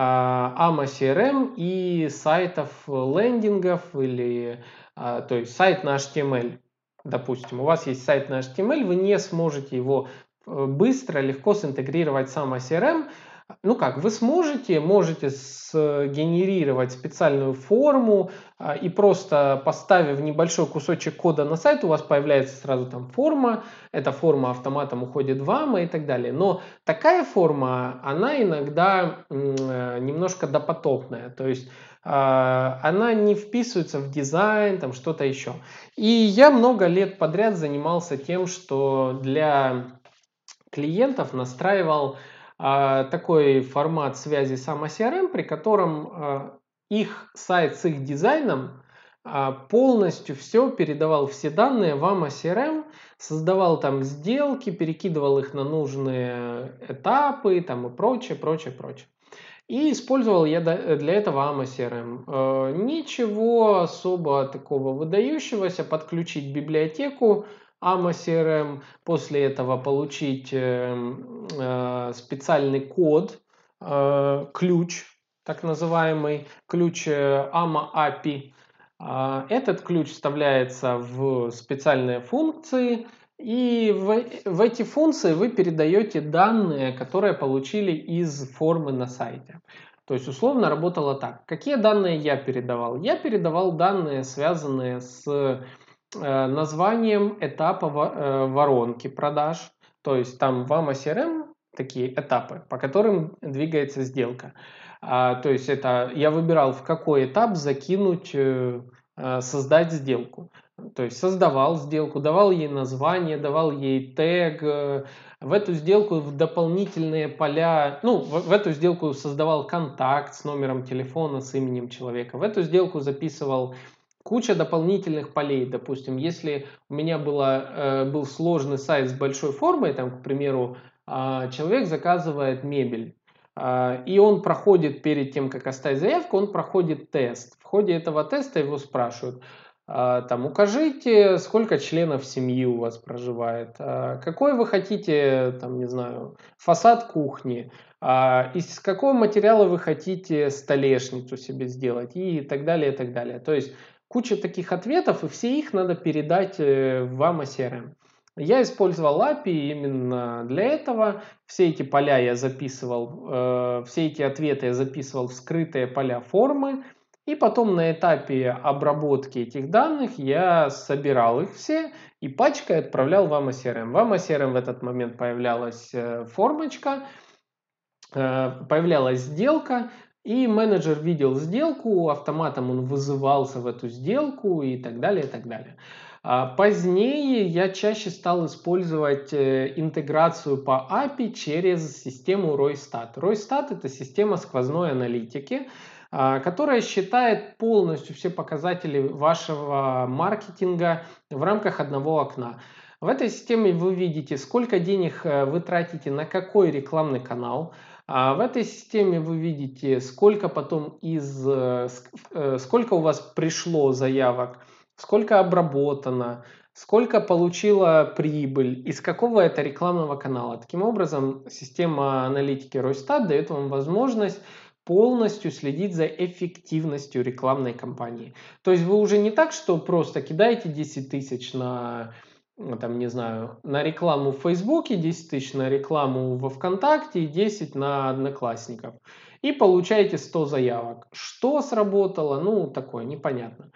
а эй эм си эр эм и сайтов лендингов или а, то есть сайт на эйч ти эм эль. Допустим, у вас есть сайт на эйч ти эм эль, вы не сможете его э, быстро, легко синтегрировать с эй эм си эр эм. Ну как, вы сможете, можете сгенерировать специальную форму а, и просто поставив небольшой кусочек кода на сайт, у вас появляется сразу там форма, эта форма автоматом уходит в эй эм и так далее. Но такая форма, она иногда э, немножко допотопная, то есть э, она не вписывается в дизайн, там что-то еще. И я много лет подряд занимался тем, что для клиентов настраивал э, такой формат связи с эй эм си эр эм, при котором э, их сайт с их дизайном э, полностью все передавал, все данные в эй эм си эр эм, создавал там сделки, перекидывал их на нужные этапы там, и прочее, прочее, прочее. И использовал я для этого эй эм си эр эм. Э, Ничего особо такого выдающегося. Подключить библиотеку эй эм си эр эм, после этого получить э, э, специальный код, э, ключ, так называемый ключ эй эм эй пи ай. А, Этот ключ вставляется в специальные функции, и в, в эти функции вы передаете данные, которые получили из формы на сайте. То есть условно работало так. Какие данные я передавал? Я передавал данные, связанные с э, названием этапа во- э, воронки продаж. То есть там в эй эм си эр эм такие этапы, по которым двигается сделка. А, то есть это я выбирал, в какой этап закинуть, э, э, создать сделку. То есть создавал сделку, давал ей название, давал ей тег, э, в эту сделку в дополнительные поля, ну, в, в эту сделку создавал контакт с номером телефона, с именем человека, в эту сделку записывал куча дополнительных полей. Допустим, если у меня было, э, был сложный сайт с большой формой, там, к примеру, э, человек заказывает мебель, э, и он проходит перед тем, как оставить заявку, он проходит тест. В ходе этого теста его спрашивают, а, там, укажите, сколько членов семьи у вас проживает, а, какой вы хотите, там, не знаю, фасад кухни, а, из какого материала вы хотите столешницу себе сделать и так далее, и так далее. То есть куча таких ответов, и все их надо передать э, в эй эм си эр эм. Я использовал эй пи ай именно для этого. Все эти поля я записывал, э, все эти ответы я записывал в скрытые поля формы. И потом на этапе обработки этих данных я собирал их все и пачкой отправлял в эй эм си эр эм. В эй эм си эр эм в этот момент появлялась э, формочка, э, появлялась сделка, и менеджер видел сделку, автоматом он вызывался в эту сделку и так далее, и так далее. А Позднее я чаще стал использовать э, интеграцию по эй пи ай через систему Roystat. Roystat — это система сквозной аналитики, а, которая считает полностью все показатели вашего маркетинга в рамках одного окна. В этой системе вы видите, сколько денег э, вы тратите на какой рекламный канал. А в этой системе вы видите, сколько потом из, э, э, сколько у вас пришло заявок, сколько обработано, сколько получила прибыль, из какого это рекламного канала. Таким образом, система аналитики Roystat дает вам возможность полностью следить за эффективностью рекламной кампании. То есть вы уже не так, что просто кидаете десять тысяч на, там, не знаю, на рекламу в Фейсбуке, десять тысяч на рекламу во ВКонтакте и десять на Одноклассников. И получаете сто заявок. Что сработало? Ну, такое, непонятно.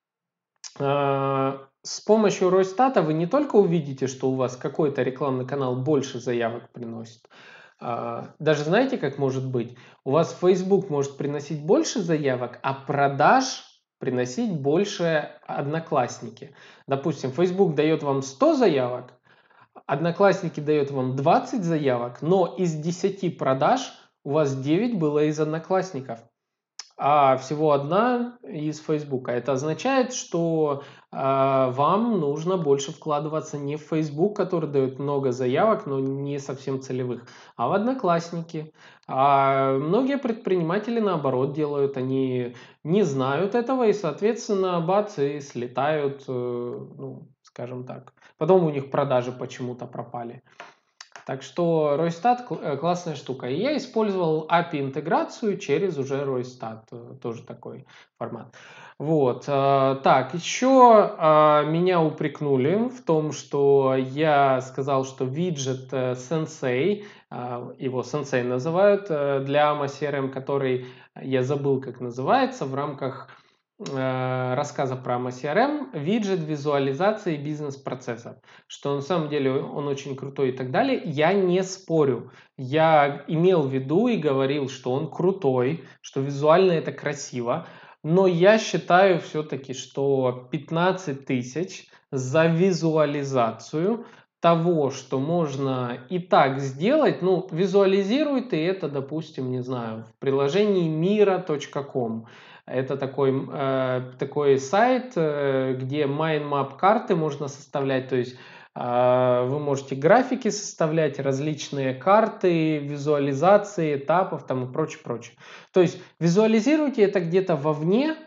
С помощью Росстата вы не только увидите, что у вас какой-то рекламный канал больше заявок приносит, даже знаете, как может быть? У вас Facebook может приносить больше заявок, а продаж приносить больше Одноклассники. Допустим, Facebook дает вам сто заявок, Одноклассники дает вам двадцать заявок, но из десяти продаж у вас девять было из Одноклассников, а всего одна из Фейсбука. Это означает, что э, вам нужно больше вкладываться не в Facebook, который дает много заявок, но не совсем целевых, а в Одноклассники. А многие предприниматели наоборот делают, они не знают этого и, соответственно, бац, и слетают, э, ну, скажем так. Потом у них продажи почему-то пропали. Так что Ройстат классная штука. И я использовал эй пи ай-интеграцию через уже Ройстат, тоже такой формат. Вот. Так, еще меня упрекнули в том, что я сказал, что виджет Sensei, его Sensei называют, для эй эм си ар эм, который я забыл, как называется, в рамках рассказа про эй эм си ар эм, виджет визуализации бизнес-процессов, что на самом деле он очень крутой и так далее. Я не спорю. Я имел в виду и говорил, что он крутой, что визуально это красиво, но я считаю все-таки, что пятнадцать тысяч за визуализацию того, что можно и так сделать, ну, визуализируй ты это, допустим, не знаю, в приложении мира точка ком. Это такой, э, такой сайт, э, где майнд-мап карты можно составлять, то есть э, вы можете графики составлять, различные карты, визуализации этапов там и прочее, прочее. То есть визуализируйте это где-то вовне,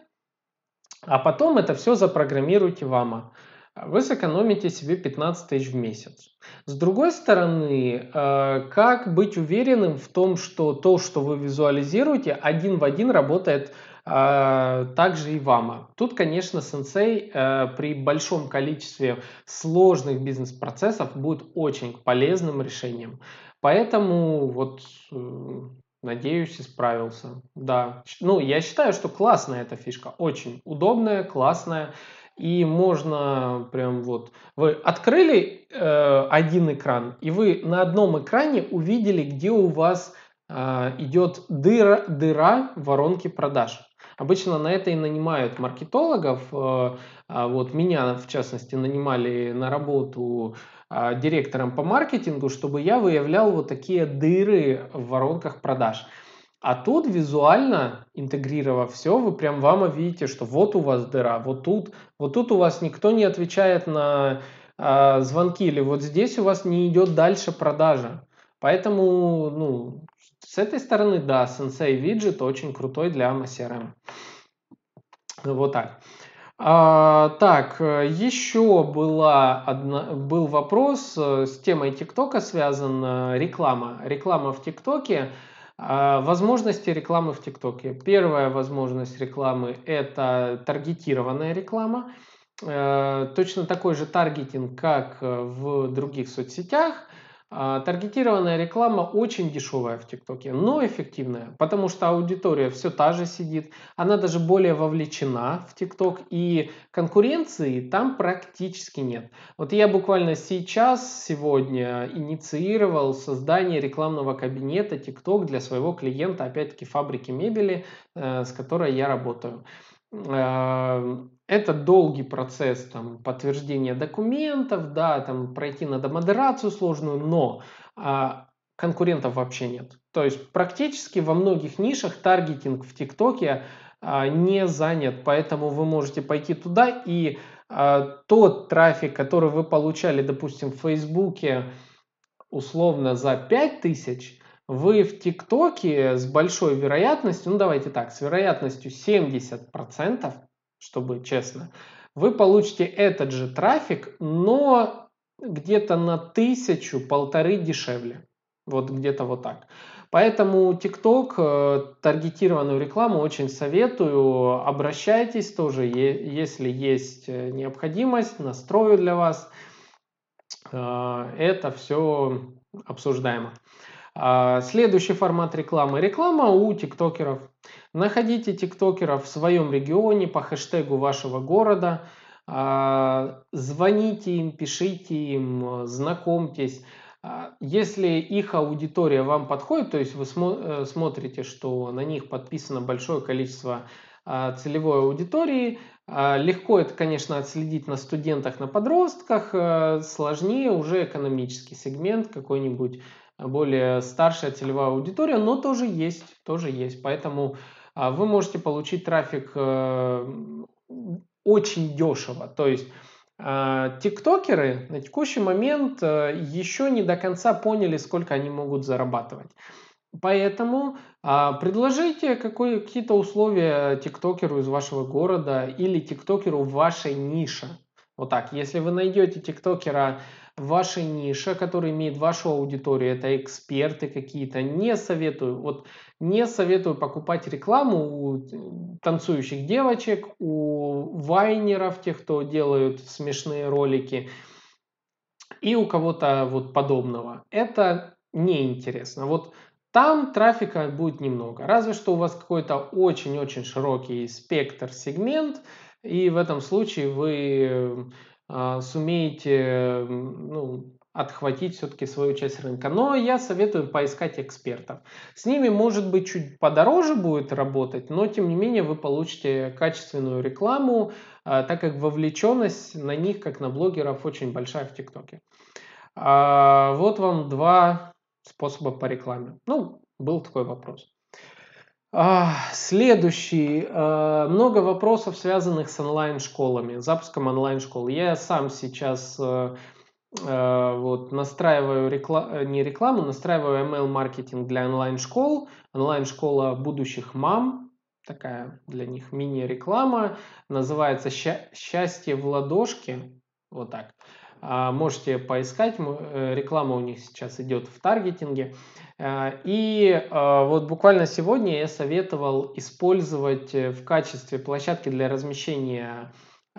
а потом это все запрограммируйте в эй эм эй. Вы сэкономите себе пятнадцать тысяч в месяц. С другой стороны, э, как быть уверенным в том, что то, что вы визуализируете, один в один работает э, также и в эй эм эй? Тут, конечно, Sensei э, при большом количестве сложных бизнес-процессов будет очень полезным решением. Поэтому вот... Э, Надеюсь, исправился. Да. Ну, я считаю, что классная эта фишка. Очень удобная, классная. И можно прям вот... Вы открыли э, один экран, и вы на одном экране увидели, где у вас э, идет дыра, дыра воронки продаж. Обычно на это и нанимают маркетологов. Э, а вот меня, в частности, нанимали на работу директором по маркетингу, чтобы я выявлял вот такие дыры в воронках продаж. А тут визуально, интегрировав все, вы прям в эй эм эй видите, что вот у вас дыра, вот тут, вот тут у вас никто не отвечает на э, звонки, или вот здесь у вас не идет дальше продажа. Поэтому, ну, с этой стороны, да, Sensei виджет очень крутой для эй эм си ар эм. Вот так. А, так, еще была одна, был вопрос с темой ТикТока связан, реклама. Реклама в ТикТоке. А, возможности рекламы в ТикТоке. Первая возможность рекламы – это таргетированная реклама. А, точно такой же таргетинг, как в других соцсетях. А, таргетированная реклама очень дешевая в ТикТоке, но эффективная, потому что аудитория все та же сидит, она даже более вовлечена в ТикТок, и конкуренции там практически нет. Вот я буквально сейчас, сегодня, инициировал создание рекламного кабинета ТикТок для своего клиента, опять-таки фабрики мебели, э, с которой я работаю. Это долгий процесс там, подтверждения документов, да, там, пройти надо модерацию сложную, но а, конкурентов вообще нет. То есть практически во многих нишах таргетинг в ТикТоке а, не занят, поэтому вы можете пойти туда, и а, тот трафик, который вы получали, допустим, в Фейсбуке условно за пять тысяч, вы в ТикТоке с большой вероятностью, ну давайте так, с вероятностью семьдесят процентов, чтобы честно, вы получите этот же трафик, но где-то на тысячу, полторы дешевле. Вот где-то вот так. Поэтому TikTok, э, таргетированную рекламу очень советую. Обращайтесь тоже, если есть необходимость, настрою для вас. Э, это все обсуждаемо. Следующий формат рекламы. Реклама у тиктокеров. Находите тиктокеров в своем регионе по хэштегу вашего города. Звоните им, пишите им, знакомьтесь. Если их аудитория вам подходит, то есть вы смотрите, что на них подписано большое количество целевой аудитории, легко это, конечно, отследить на студентах, на подростках, сложнее уже экономический сегмент, какой-нибудь более старшая целевая аудитория, но тоже есть, тоже есть. Поэтому вы можете получить трафик очень дешево. То есть тиктокеры на текущий момент еще не до конца поняли, сколько они могут зарабатывать. Поэтому а, предложите какой, какие-то условия тиктокеру из вашего города или тиктокеру в вашей нише. Вот так. Если вы найдете тиктокера в вашей нише, который имеет вашу аудиторию, это эксперты какие-то, не советую, вот не советую покупать рекламу у танцующих девочек, у вайнеров, тех, кто делают смешные ролики, и у кого-то вот подобного. Это неинтересно. Вот там трафика будет немного. Разве что у вас какой-то очень-очень широкий спектр, сегмент, и в этом случае вы э, сумеете ну, отхватить все-таки свою часть рынка. Но я советую поискать экспертов. С ними, может быть, чуть подороже будет работать, но тем не менее вы получите качественную рекламу, э, так как вовлеченность на них, как на блогеров, очень большая в ТикТоке. А, вот вам два способа по рекламе. Ну, был такой вопрос. А, следующий. А, много вопросов, связанных с онлайн-школами, запуском онлайн-школ. Я сам сейчас а, а, вот, настраиваю рекла... не рекламу, настраиваю email-маркетинг для онлайн-школ. Онлайн-школа будущих мам. Такая для них мини-реклама. Называется «Ща- «Счастье в ладошке». Вот так. Можете поискать, реклама у них сейчас идет в таргетинге. И вот буквально сегодня я советовал использовать в качестве площадки для размещения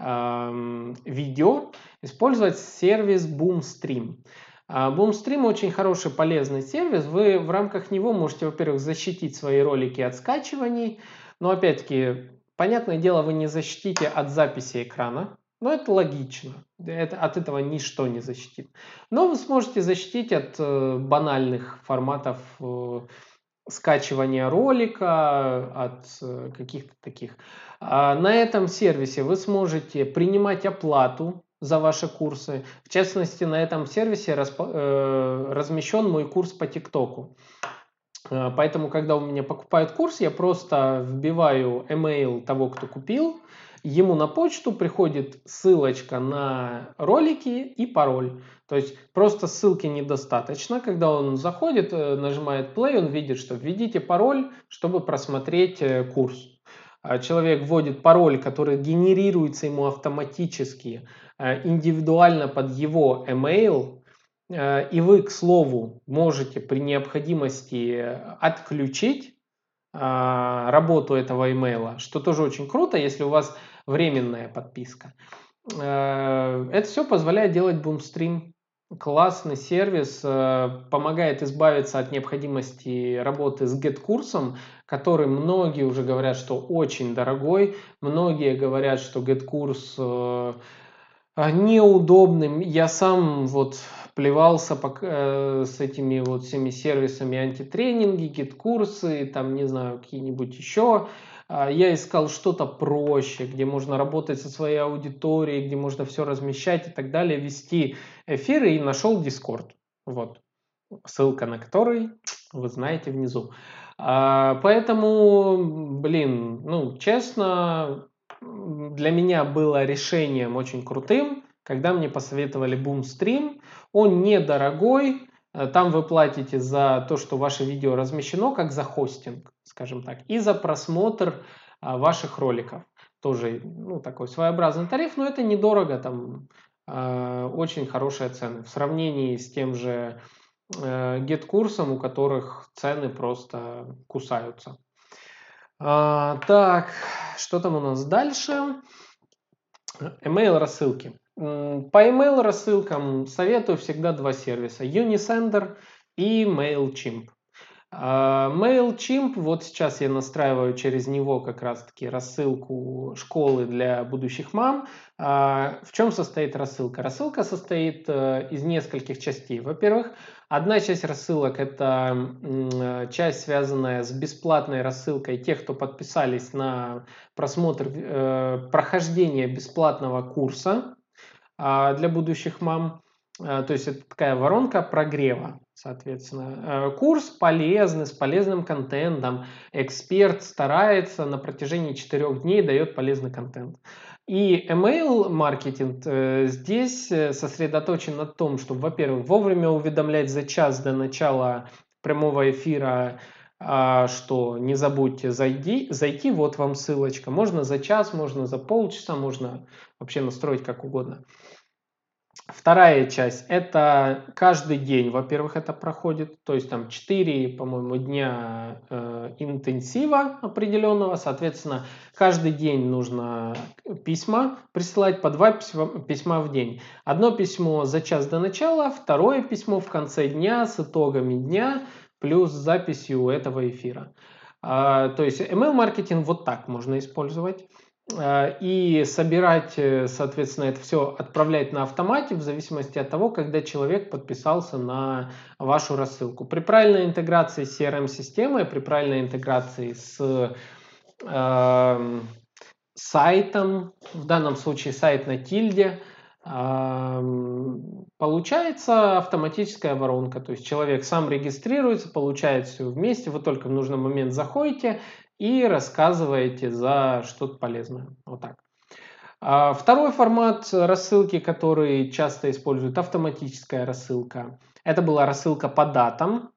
видео, использовать сервис Boomstream. Boomstream очень хороший, полезный сервис. Вы в рамках него можете, во-первых, защитить свои ролики от скачиваний, но опять-таки, понятное дело, вы не защитите от записи экрана. Но это логично, это, от этого ничто не защитит. Но вы сможете защитить от э, банальных форматов э, скачивания ролика, от э, каких-то таких. А на этом сервисе вы сможете принимать оплату за ваши курсы. В частности, на этом сервисе распо, э, размещен мой курс по ТикТоку. Поэтому, когда у меня покупают курс, я просто вбиваю email того, кто купил, ему на почту приходит ссылочка на ролики и пароль. То есть просто ссылки недостаточно. Когда он заходит, нажимает play, он видит, что введите пароль, чтобы просмотреть курс. Человек вводит пароль, который генерируется ему автоматически, индивидуально под его email. И вы, к слову, можете при необходимости отключить работу этого имейла, что тоже очень круто, если у вас временная подписка. Это все позволяет делать Boomstream. Классный сервис, помогает избавиться от необходимости работы с GetCourse, который многие уже говорят, что очень дорогой. Многие говорят, что GetCourse неудобным. Я сам вот плевался пока, с этими вот всеми сервисами антитренинги, гид-курсы, там, не знаю, какие-нибудь еще. Я искал что-то проще, где можно работать со своей аудиторией, где можно все размещать и так далее, вести эфиры, и нашел Discord. Вот. Ссылка на который вы знаете внизу. Поэтому, блин, ну, честно, для меня было решением очень крутым, когда мне посоветовали Boomstream. Он недорогой, там вы платите за то, что ваше видео размещено, как за хостинг, скажем так, и за просмотр ваших роликов. Тоже ну, такой своеобразный тариф, но это недорого, там очень хорошая цена в сравнении с тем же GetCourse, у которых цены просто кусаются. А, так, что там у нас дальше? Email рассылки. По email рассылкам советую всегда два сервиса: Unisender и MailChimp. MailChimp, вот сейчас я настраиваю через него как раз-таки рассылку школы для будущих мам. В чем состоит рассылка? Рассылка состоит из нескольких частей. Во-первых, одна часть рассылок – это часть, связанная с бесплатной рассылкой тех, кто подписались на просмотр, прохождение бесплатного курса для будущих мам. То есть это такая воронка прогрева, соответственно. Курс полезный, с полезным контентом. Эксперт старается на протяжении четырех дней, дает полезный контент. И email маркетинг здесь сосредоточен на том, чтобы, во-первых, вовремя уведомлять за час до начала прямого эфира что не забудьте зайти, зайти, вот вам ссылочка. Можно за час, можно за полчаса, можно вообще настроить как угодно. Вторая часть – это каждый день, во-первых, это проходит, то есть там четыре, по-моему, дня э, интенсива определенного, соответственно, каждый день нужно письма присылать, по два письма, письма в день. Одно письмо за час до начала, второе письмо в конце дня с итогами дня, плюс записью этого эфира. А, то есть email-маркетинг вот так можно использовать. И собирать, соответственно, это все отправлять на автомате в зависимости от того, когда человек подписался на вашу рассылку. При правильной интеграции с си ар эм-системой, при правильной интеграции с э, сайтом, в данном случае сайт на тильде, э, получается автоматическая воронка. То есть человек сам регистрируется, получает все вместе, вы только в нужный момент заходите и рассказываете за что-то полезное. Вот так. А второй формат рассылки, который часто используют, автоматическая рассылка. Это была рассылка по датам,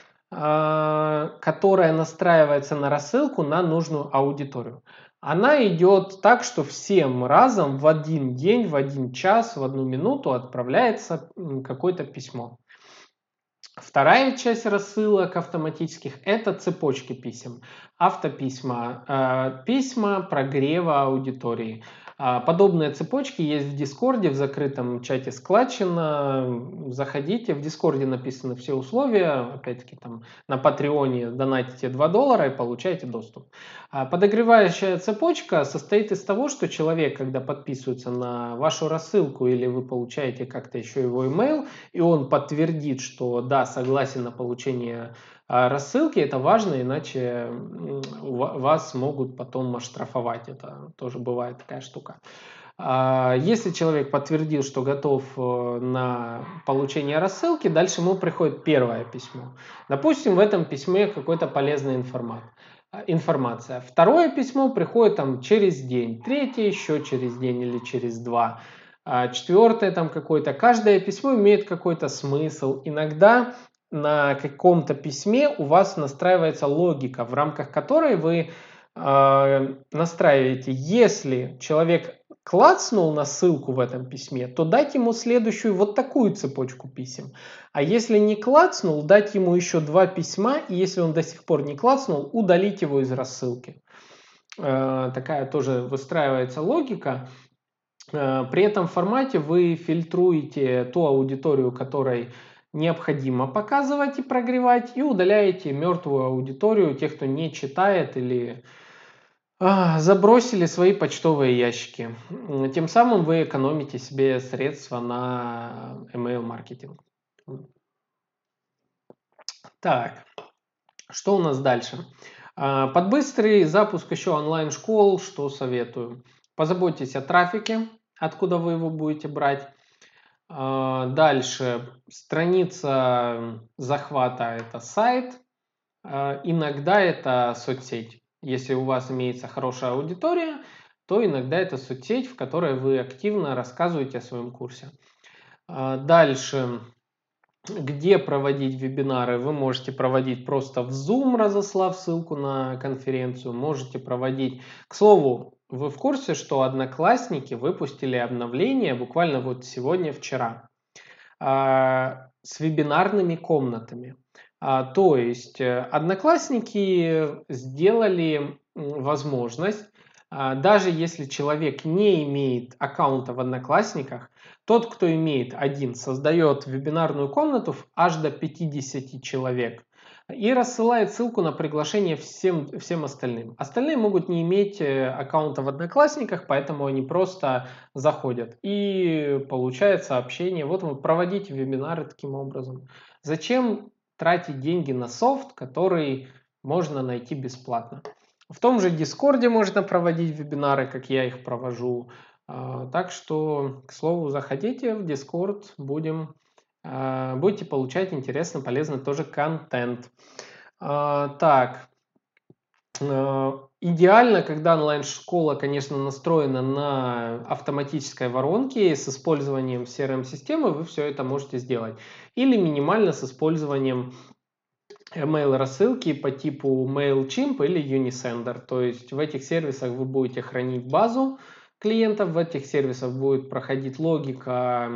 которая настраивается на рассылку на нужную аудиторию. Она идет так, что всем разом в один день, в один час, в одну минуту отправляется какое-то письмо. Вторая часть рассылок автоматических – это цепочки писем, автописьма, э, письма прогрева аудитории. Подобные цепочки есть в Дискорде, в закрытом чате складчина. Заходите, в Дискорде написаны все условия. Опять-таки там на Патреоне донатите два доллара и получаете доступ. Подогревающая цепочка состоит из того, что человек, когда подписывается на вашу рассылку или вы получаете как-то еще его email, и он подтвердит, что да, согласен на получение рассылки, это важно, иначе вас могут потом оштрафовать. Это тоже бывает такая штука. Если человек подтвердил, что готов на получение рассылки, дальше ему приходит первое письмо. Допустим, в этом письме какой-то полезный информация. Второе письмо приходит там через день, третье еще через день или через два. Четвертое там какое-то. Каждое письмо имеет какой-то смысл. Иногда на каком-то письме у вас настраивается логика, в рамках которой вы э, настраиваете, если человек клацнул на ссылку в этом письме, то дать ему следующую вот такую цепочку писем. А если не клацнул, дать ему еще два письма, и если он до сих пор не клацнул, удалить его из рассылки. Э, такая тоже выстраивается логика. Э, при этом формате вы фильтруете ту аудиторию, которой необходимо показывать и прогревать, и удаляете мертвую аудиторию, тех, кто не читает или а, забросили свои почтовые ящики. Тем самым вы экономите себе средства на email-маркетинг. Так, что у нас дальше? Под быстрый запуск еще онлайн-школ, что советую? Позаботьтесь о трафике, откуда вы его будете брать. Дальше, страница захвата – это сайт, иногда это соцсеть. Если у вас имеется хорошая аудитория, то иногда это соцсеть, в которой вы активно рассказываете о своем курсе. Дальше, где проводить вебинары? Вы можете проводить просто в Zoom, разослав ссылку на конференцию, можете проводить, к слову, вы в курсе, что Одноклассники выпустили обновление буквально вот сегодня, вчера, с вебинарными комнатами. То есть Одноклассники сделали возможность, даже если человек не имеет аккаунта в Одноклассниках, тот, кто имеет один, создает вебинарную комнату аж до пятидесяти человек и рассылает ссылку на приглашение всем, всем остальным. Остальные могут не иметь аккаунта в Одноклассниках, поэтому они просто заходят и получают сообщение. Вот вы проводите вебинары таким образом. Зачем тратить деньги на софт, который можно найти бесплатно? В том же Дискорде можно проводить вебинары, как я их провожу. Так что, к слову, заходите в Дискорд, будем... будете получать интересный, полезный тоже контент. Так, идеально, когда онлайн-школа, конечно, настроена на автоматической воронке с использованием си ар эм-системы, вы все это можете сделать. Или минимально с использованием email-рассылки по типу MailChimp или Unisender. То есть в этих сервисах вы будете хранить базу клиентов, в этих сервисах будет проходить логика,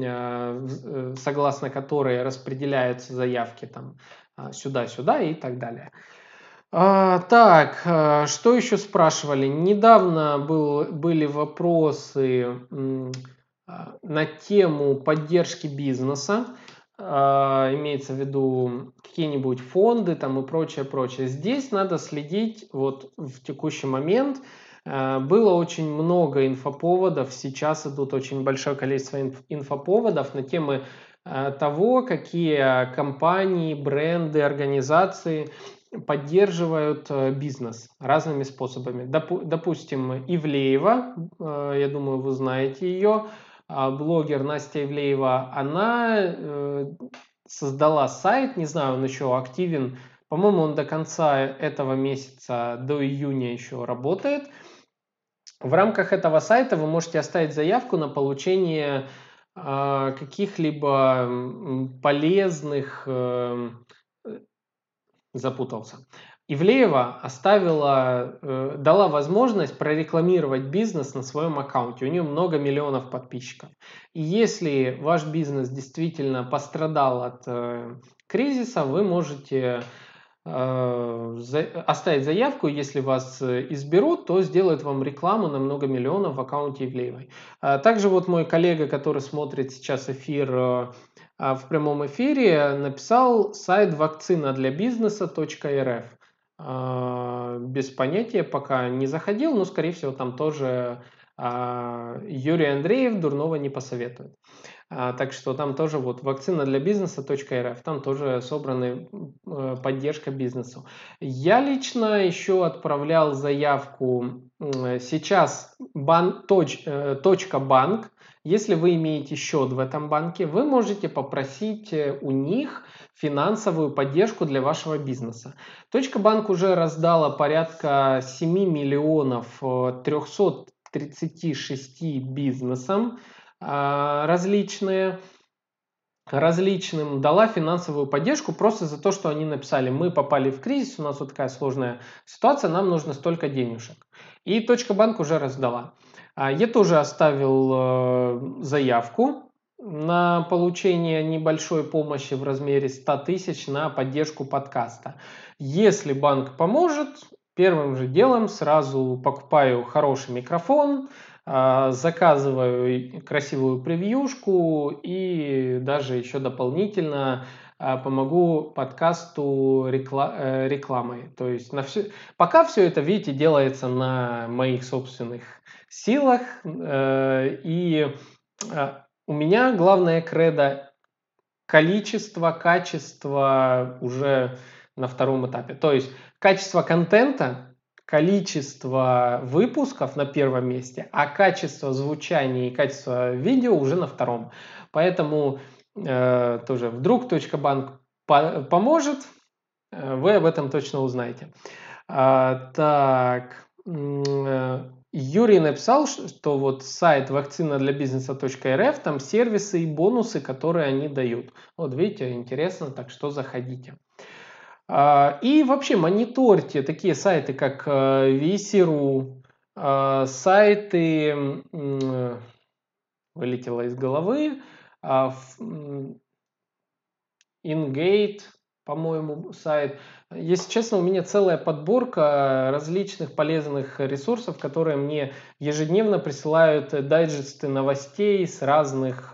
согласно которой распределяются заявки там сюда-сюда и так далее. А, так, что еще спрашивали? Недавно был, были вопросы м, на тему поддержки бизнеса. А, имеется в виду какие-нибудь фонды там и прочее, прочее. Здесь надо следить вот в текущий момент. А, было очень много инфоповодов, сейчас идут очень большое количество инф- инфоповодов на темы а, того, какие компании, бренды, организации поддерживают э, бизнес разными способами. Допу- допустим, Ивлеева, э, я думаю, вы знаете ее, а, блогер Настя Ивлеева, она э, создала сайт, не знаю, он еще активен, по-моему, он до конца этого месяца, до июня еще работает. В рамках этого сайта вы можете оставить заявку на получение э, каких-либо м, полезных э, запутался. Ивлеева оставила, э, дала возможность прорекламировать бизнес на своем аккаунте. У нее много миллионов подписчиков. И если ваш бизнес действительно пострадал от э, кризиса, вы можете э, за, оставить заявку. Если вас изберут, то сделают вам рекламу на много миллионов в аккаунте Ивлеевой. А также вот мой коллега, который смотрит сейчас эфир э, в прямом эфире, написал сайт вакцина для бизнеса точка эр эф. Без понятия, пока не заходил, но, скорее всего, там тоже Юрий Андреев дурного не посоветует. Так что там тоже вот вакцина для бизнеса точка эр эф, там тоже собрана поддержка бизнесу. Я лично еще отправлял заявку сейчас бан, точ, точка банк. Если вы имеете счет в этом банке, вы можете попросить у них финансовую поддержку для вашего бизнеса. Точка банк уже раздала порядка семь миллионов триста тридцать шесть бизнесам различные, различным, дала финансовую поддержку просто за то, что они написали: мы попали в кризис, у нас вот такая сложная ситуация, нам нужно столько денежек. И Точка банк уже раздала. Я тоже оставил заявку на получение небольшой помощи в размере сто тысяч на поддержку подкаста. Если банк поможет, первым же делом сразу покупаю хороший микрофон, заказываю красивую превьюшку и даже еще дополнительно помогу подкасту рекла- рекламой. То есть на все... пока все это, видите, делается на моих собственных силах. И у меня главное кредо — количество, качество уже на втором этапе. То есть качество контента, количество выпусков на первом месте, а качество звучания и качество видео уже на втором. Поэтому э, тоже вдруг Точка банк по- поможет, э, вы об этом точно узнаете. А, так, э, Юрий написал, что вот сайт вакцина для бизнеса точка эр эф, там сервисы и бонусы, которые они дают. Вот видите, интересно, так что заходите. И вообще мониторьте такие сайты, как ви си точка ру, сайты, вылетело из головы, InGate, по-моему, сайт. Если честно, у меня целая подборка различных полезных ресурсов, которые мне ежедневно присылают дайджесты новостей с разных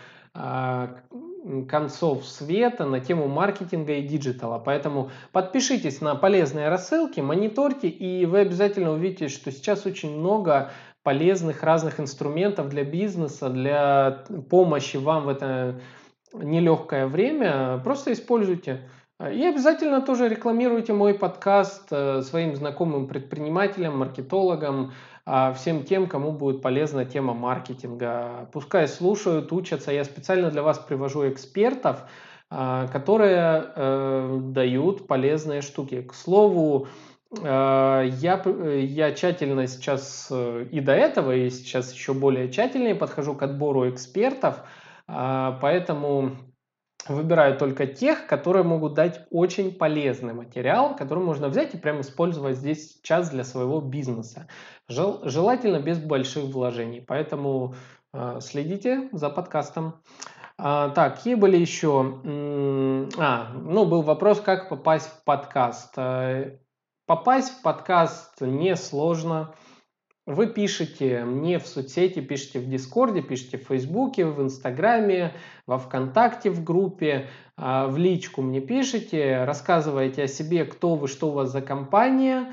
концов света на тему маркетинга и диджитала. Поэтому подпишитесь на полезные рассылки, мониторьте, и вы обязательно увидите, что сейчас очень много полезных разных инструментов для бизнеса, для помощи вам в это нелегкое время. Просто используйте. И обязательно тоже рекламируйте мой подкаст своим знакомым предпринимателям, маркетологам, всем тем, кому будет полезна тема маркетинга. Пускай слушают, учатся. Я специально для вас привожу экспертов, которые э, дают полезные штуки. К слову, э, я, я тщательно сейчас и до этого, и сейчас еще более тщательнее подхожу к отбору экспертов, э, поэтому выбираю только тех, которые могут дать очень полезный материал, который можно взять и прямо использовать здесь сейчас для своего бизнеса. Жел, желательно без больших вложений. Поэтому э, следите за подкастом. А, так, какие были еще? А, ну, был вопрос, как попасть в подкаст. Э, Попасть в подкаст несложно. Вы пишете мне в соцсети, пишите в Дискорде, пишите в Фейсбуке, в Инстаграме, во Вконтакте в группе, а, в личку мне пишите, рассказывайте о себе, кто вы, что у вас за компания,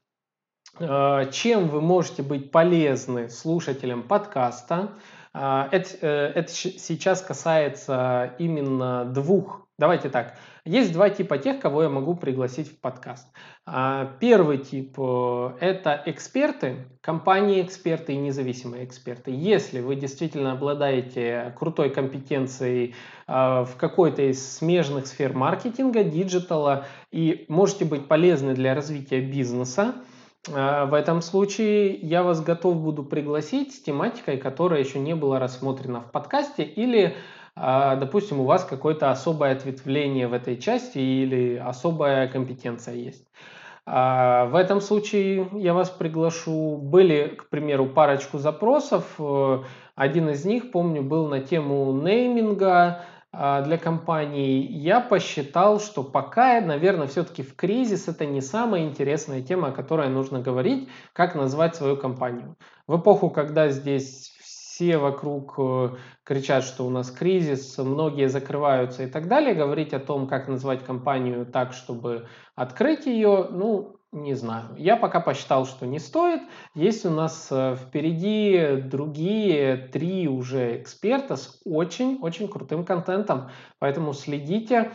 а, чем вы можете быть полезны слушателям подкаста. А, Это, э, это щ- сейчас касается именно двух. Давайте так. Есть два типа тех, кого я могу пригласить в подкаст. А, Первый тип э, это эксперты, компании-эксперты и независимые эксперты. Если вы действительно обладаете крутой компетенцией а, в какой-то из смежных сфер маркетинга, диджитала и можете быть полезны для развития бизнеса, а, в этом случае я вас готов буду пригласить с тематикой, которая еще не была рассмотрена в подкасте, или, а, допустим, у вас какое-то особое ответвление в этой части или особая компетенция есть. А, В этом случае я вас приглашу. Были, к примеру, парочку запросов. Э, Один из них, помню, был на тему нейминга а, для компаний. Я посчитал, что пока, наверное, все-таки в кризис это не самая интересная тема, о которой нужно говорить, как назвать свою компанию. В эпоху, когда здесь все вокруг э, кричат, что у нас кризис, многие закрываются и так далее, говорить о том, как назвать компанию так, чтобы открыть ее, ну, не знаю. Я пока посчитал, что не стоит. Есть у нас э, впереди другие три уже эксперта с очень-очень крутым контентом. Поэтому следите.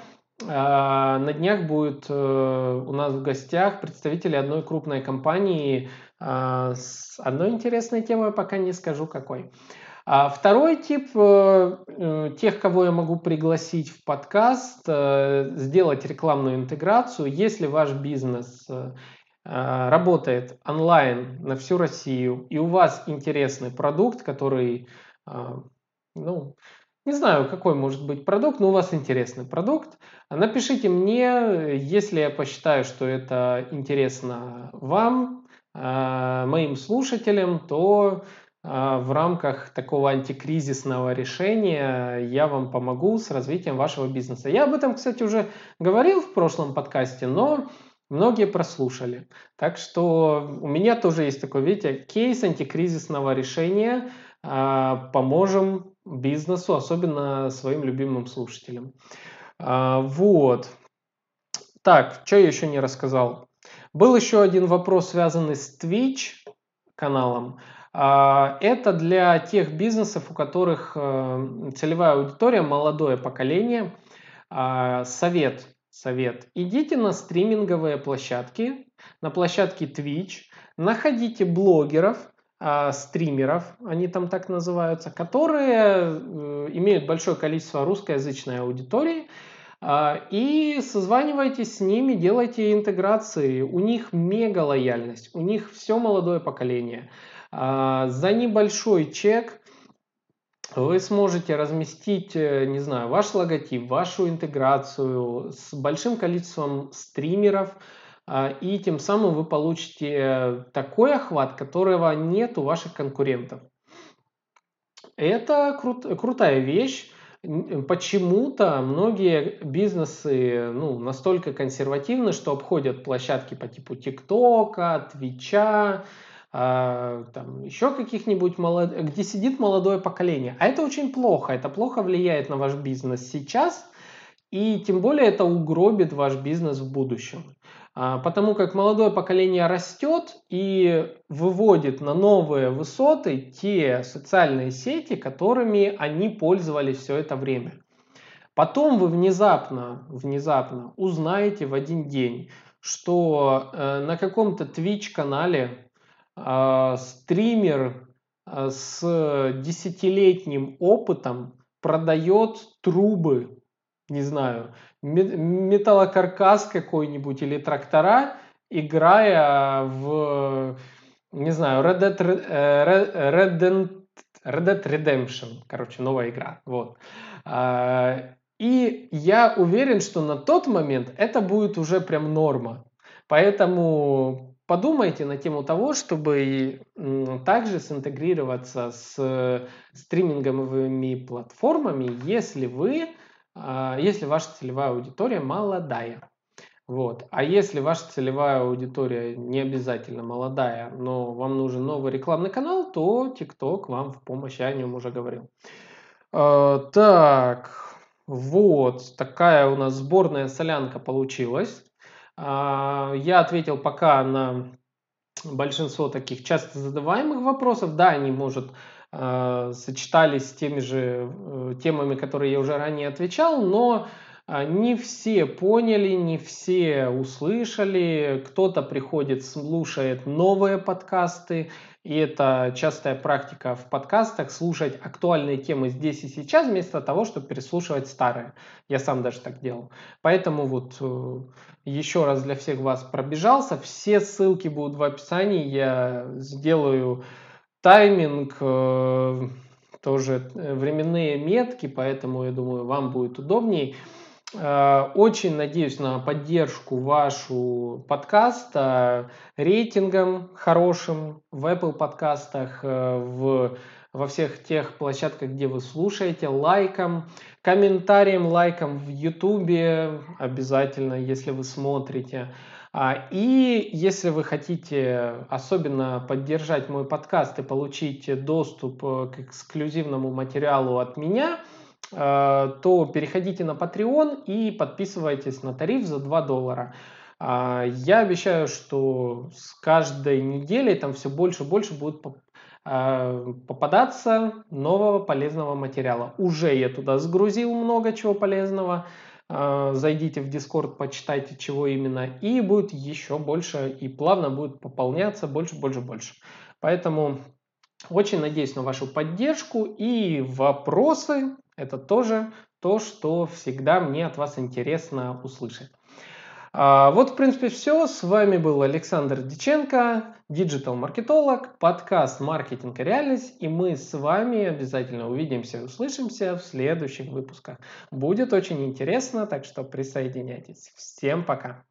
А, На днях будет э, у нас в гостях представители одной крупной компании а, с одной интересной темой, пока не скажу какой. А второй тип э, э, тех, кого я могу пригласить в подкаст, э, сделать рекламную интеграцию. Если ваш бизнес э, э, работает онлайн на всю Россию, и у вас интересный продукт, который, э, ну, не знаю, какой может быть продукт, но у вас интересный продукт, напишите мне, если я посчитаю, что это интересно вам, э, моим слушателям, то а, в рамках такого антикризисного решения я вам помогу с развитием вашего бизнеса. Я об этом, кстати, уже говорил в прошлом подкасте, но многие прослушали. Так что у меня тоже есть такой, видите, кейс антикризисного решения. А, Поможем бизнесу, особенно своим любимым слушателям. А, Вот. Так, что я еще не рассказал? Был еще один вопрос, связанный с Twitch каналом. А, Это для тех бизнесов, у которых э, целевая аудитория молодое поколение. А, Совет, совет. Идите на стриминговые площадки, на площадке Twitch, находите блогеров, а, стримеров, они там так называются, которые э, имеют большое количество русскоязычной аудитории, а, и созванивайтесь с ними, делайте интеграции. У них мега лояльность, у них все молодое поколение. А, За небольшой чек вы сможете разместить, э, не знаю, ваш логотип, вашу интеграцию с большим количеством стримеров, а, и тем самым вы получите такой охват, которого нет у ваших конкурентов. Это крут- крутая вещь. Н- Почему-то многие бизнесы, ну, настолько консервативны, что обходят площадки по типу ТикТока, Твича, а, там еще каких-нибудь, молод... где сидит молодое поколение. А это очень плохо. Это плохо влияет на ваш бизнес сейчас, и тем более это угробит ваш бизнес в будущем. А, Потому как молодое поколение растет и выводит на новые высоты те социальные сети, которыми они пользовались все это время. Потом вы внезапно, внезапно узнаете в один день, что э, на каком-то Twitch-канале э, стример э, с десятилетним опытом продает трубы, не знаю, металлокаркас какой-нибудь или трактора, играя в, не знаю, Red Dead, э, Red Dead, Red Dead Redemption, короче, новая игра, вот. А, И я уверен, что на тот момент это будет уже прям норма. Поэтому подумайте на тему того, чтобы также синтегрироваться с стриминговыми платформами, если вы, если ваша целевая аудитория молодая. Вот. А если ваша целевая аудитория не обязательно молодая, но вам нужен новый рекламный канал, то TikTok вам в помощь, я о нем уже говорил. А, так, вот такая у нас сборная солянка получилась. А, я ответил пока на большинство таких часто задаваемых вопросов. Да, они, может, а, сочетались с теми же э, темами, которые я уже ранее отвечал, но а, не все поняли, не все услышали. Кто-то приходит, слушает новые подкасты, и это частая практика в подкастах — слушать актуальные темы здесь и сейчас, вместо того, чтобы переслушивать старые. Я сам даже так делал. Поэтому вот э, еще раз для всех вас пробежался. Все ссылки будут в описании. Я сделаю тайминг, э, тоже временные метки, поэтому я думаю, вам будет удобней. Очень надеюсь на поддержку вашу подкаста рейтингом хорошим в Apple подкастах, в, во всех тех площадках, где вы слушаете, лайком, комментарием, лайком в YouTube обязательно, если вы смотрите. И если вы хотите особенно поддержать мой подкаст и получить доступ к эксклюзивному материалу от меня, то переходите на Patreon и подписывайтесь на тариф за два доллара. Я обещаю, что с каждой неделей там все больше и больше будет попадаться нового полезного материала. Уже я туда сгрузил много чего полезного. Зайдите в Discord, почитайте, чего именно. И будет еще больше, и плавно будет пополняться больше, больше, больше. Поэтому очень надеюсь на вашу поддержку и вопросы. Это тоже то, что всегда мне от вас интересно услышать. А, вот, в принципе, все. С вами был Александр Диченко, диджитал-маркетолог, подкаст «Маркетинг и реальность». И мы с вами обязательно увидимся и услышимся в следующих выпусках. Будет очень интересно, так что присоединяйтесь. Всем пока!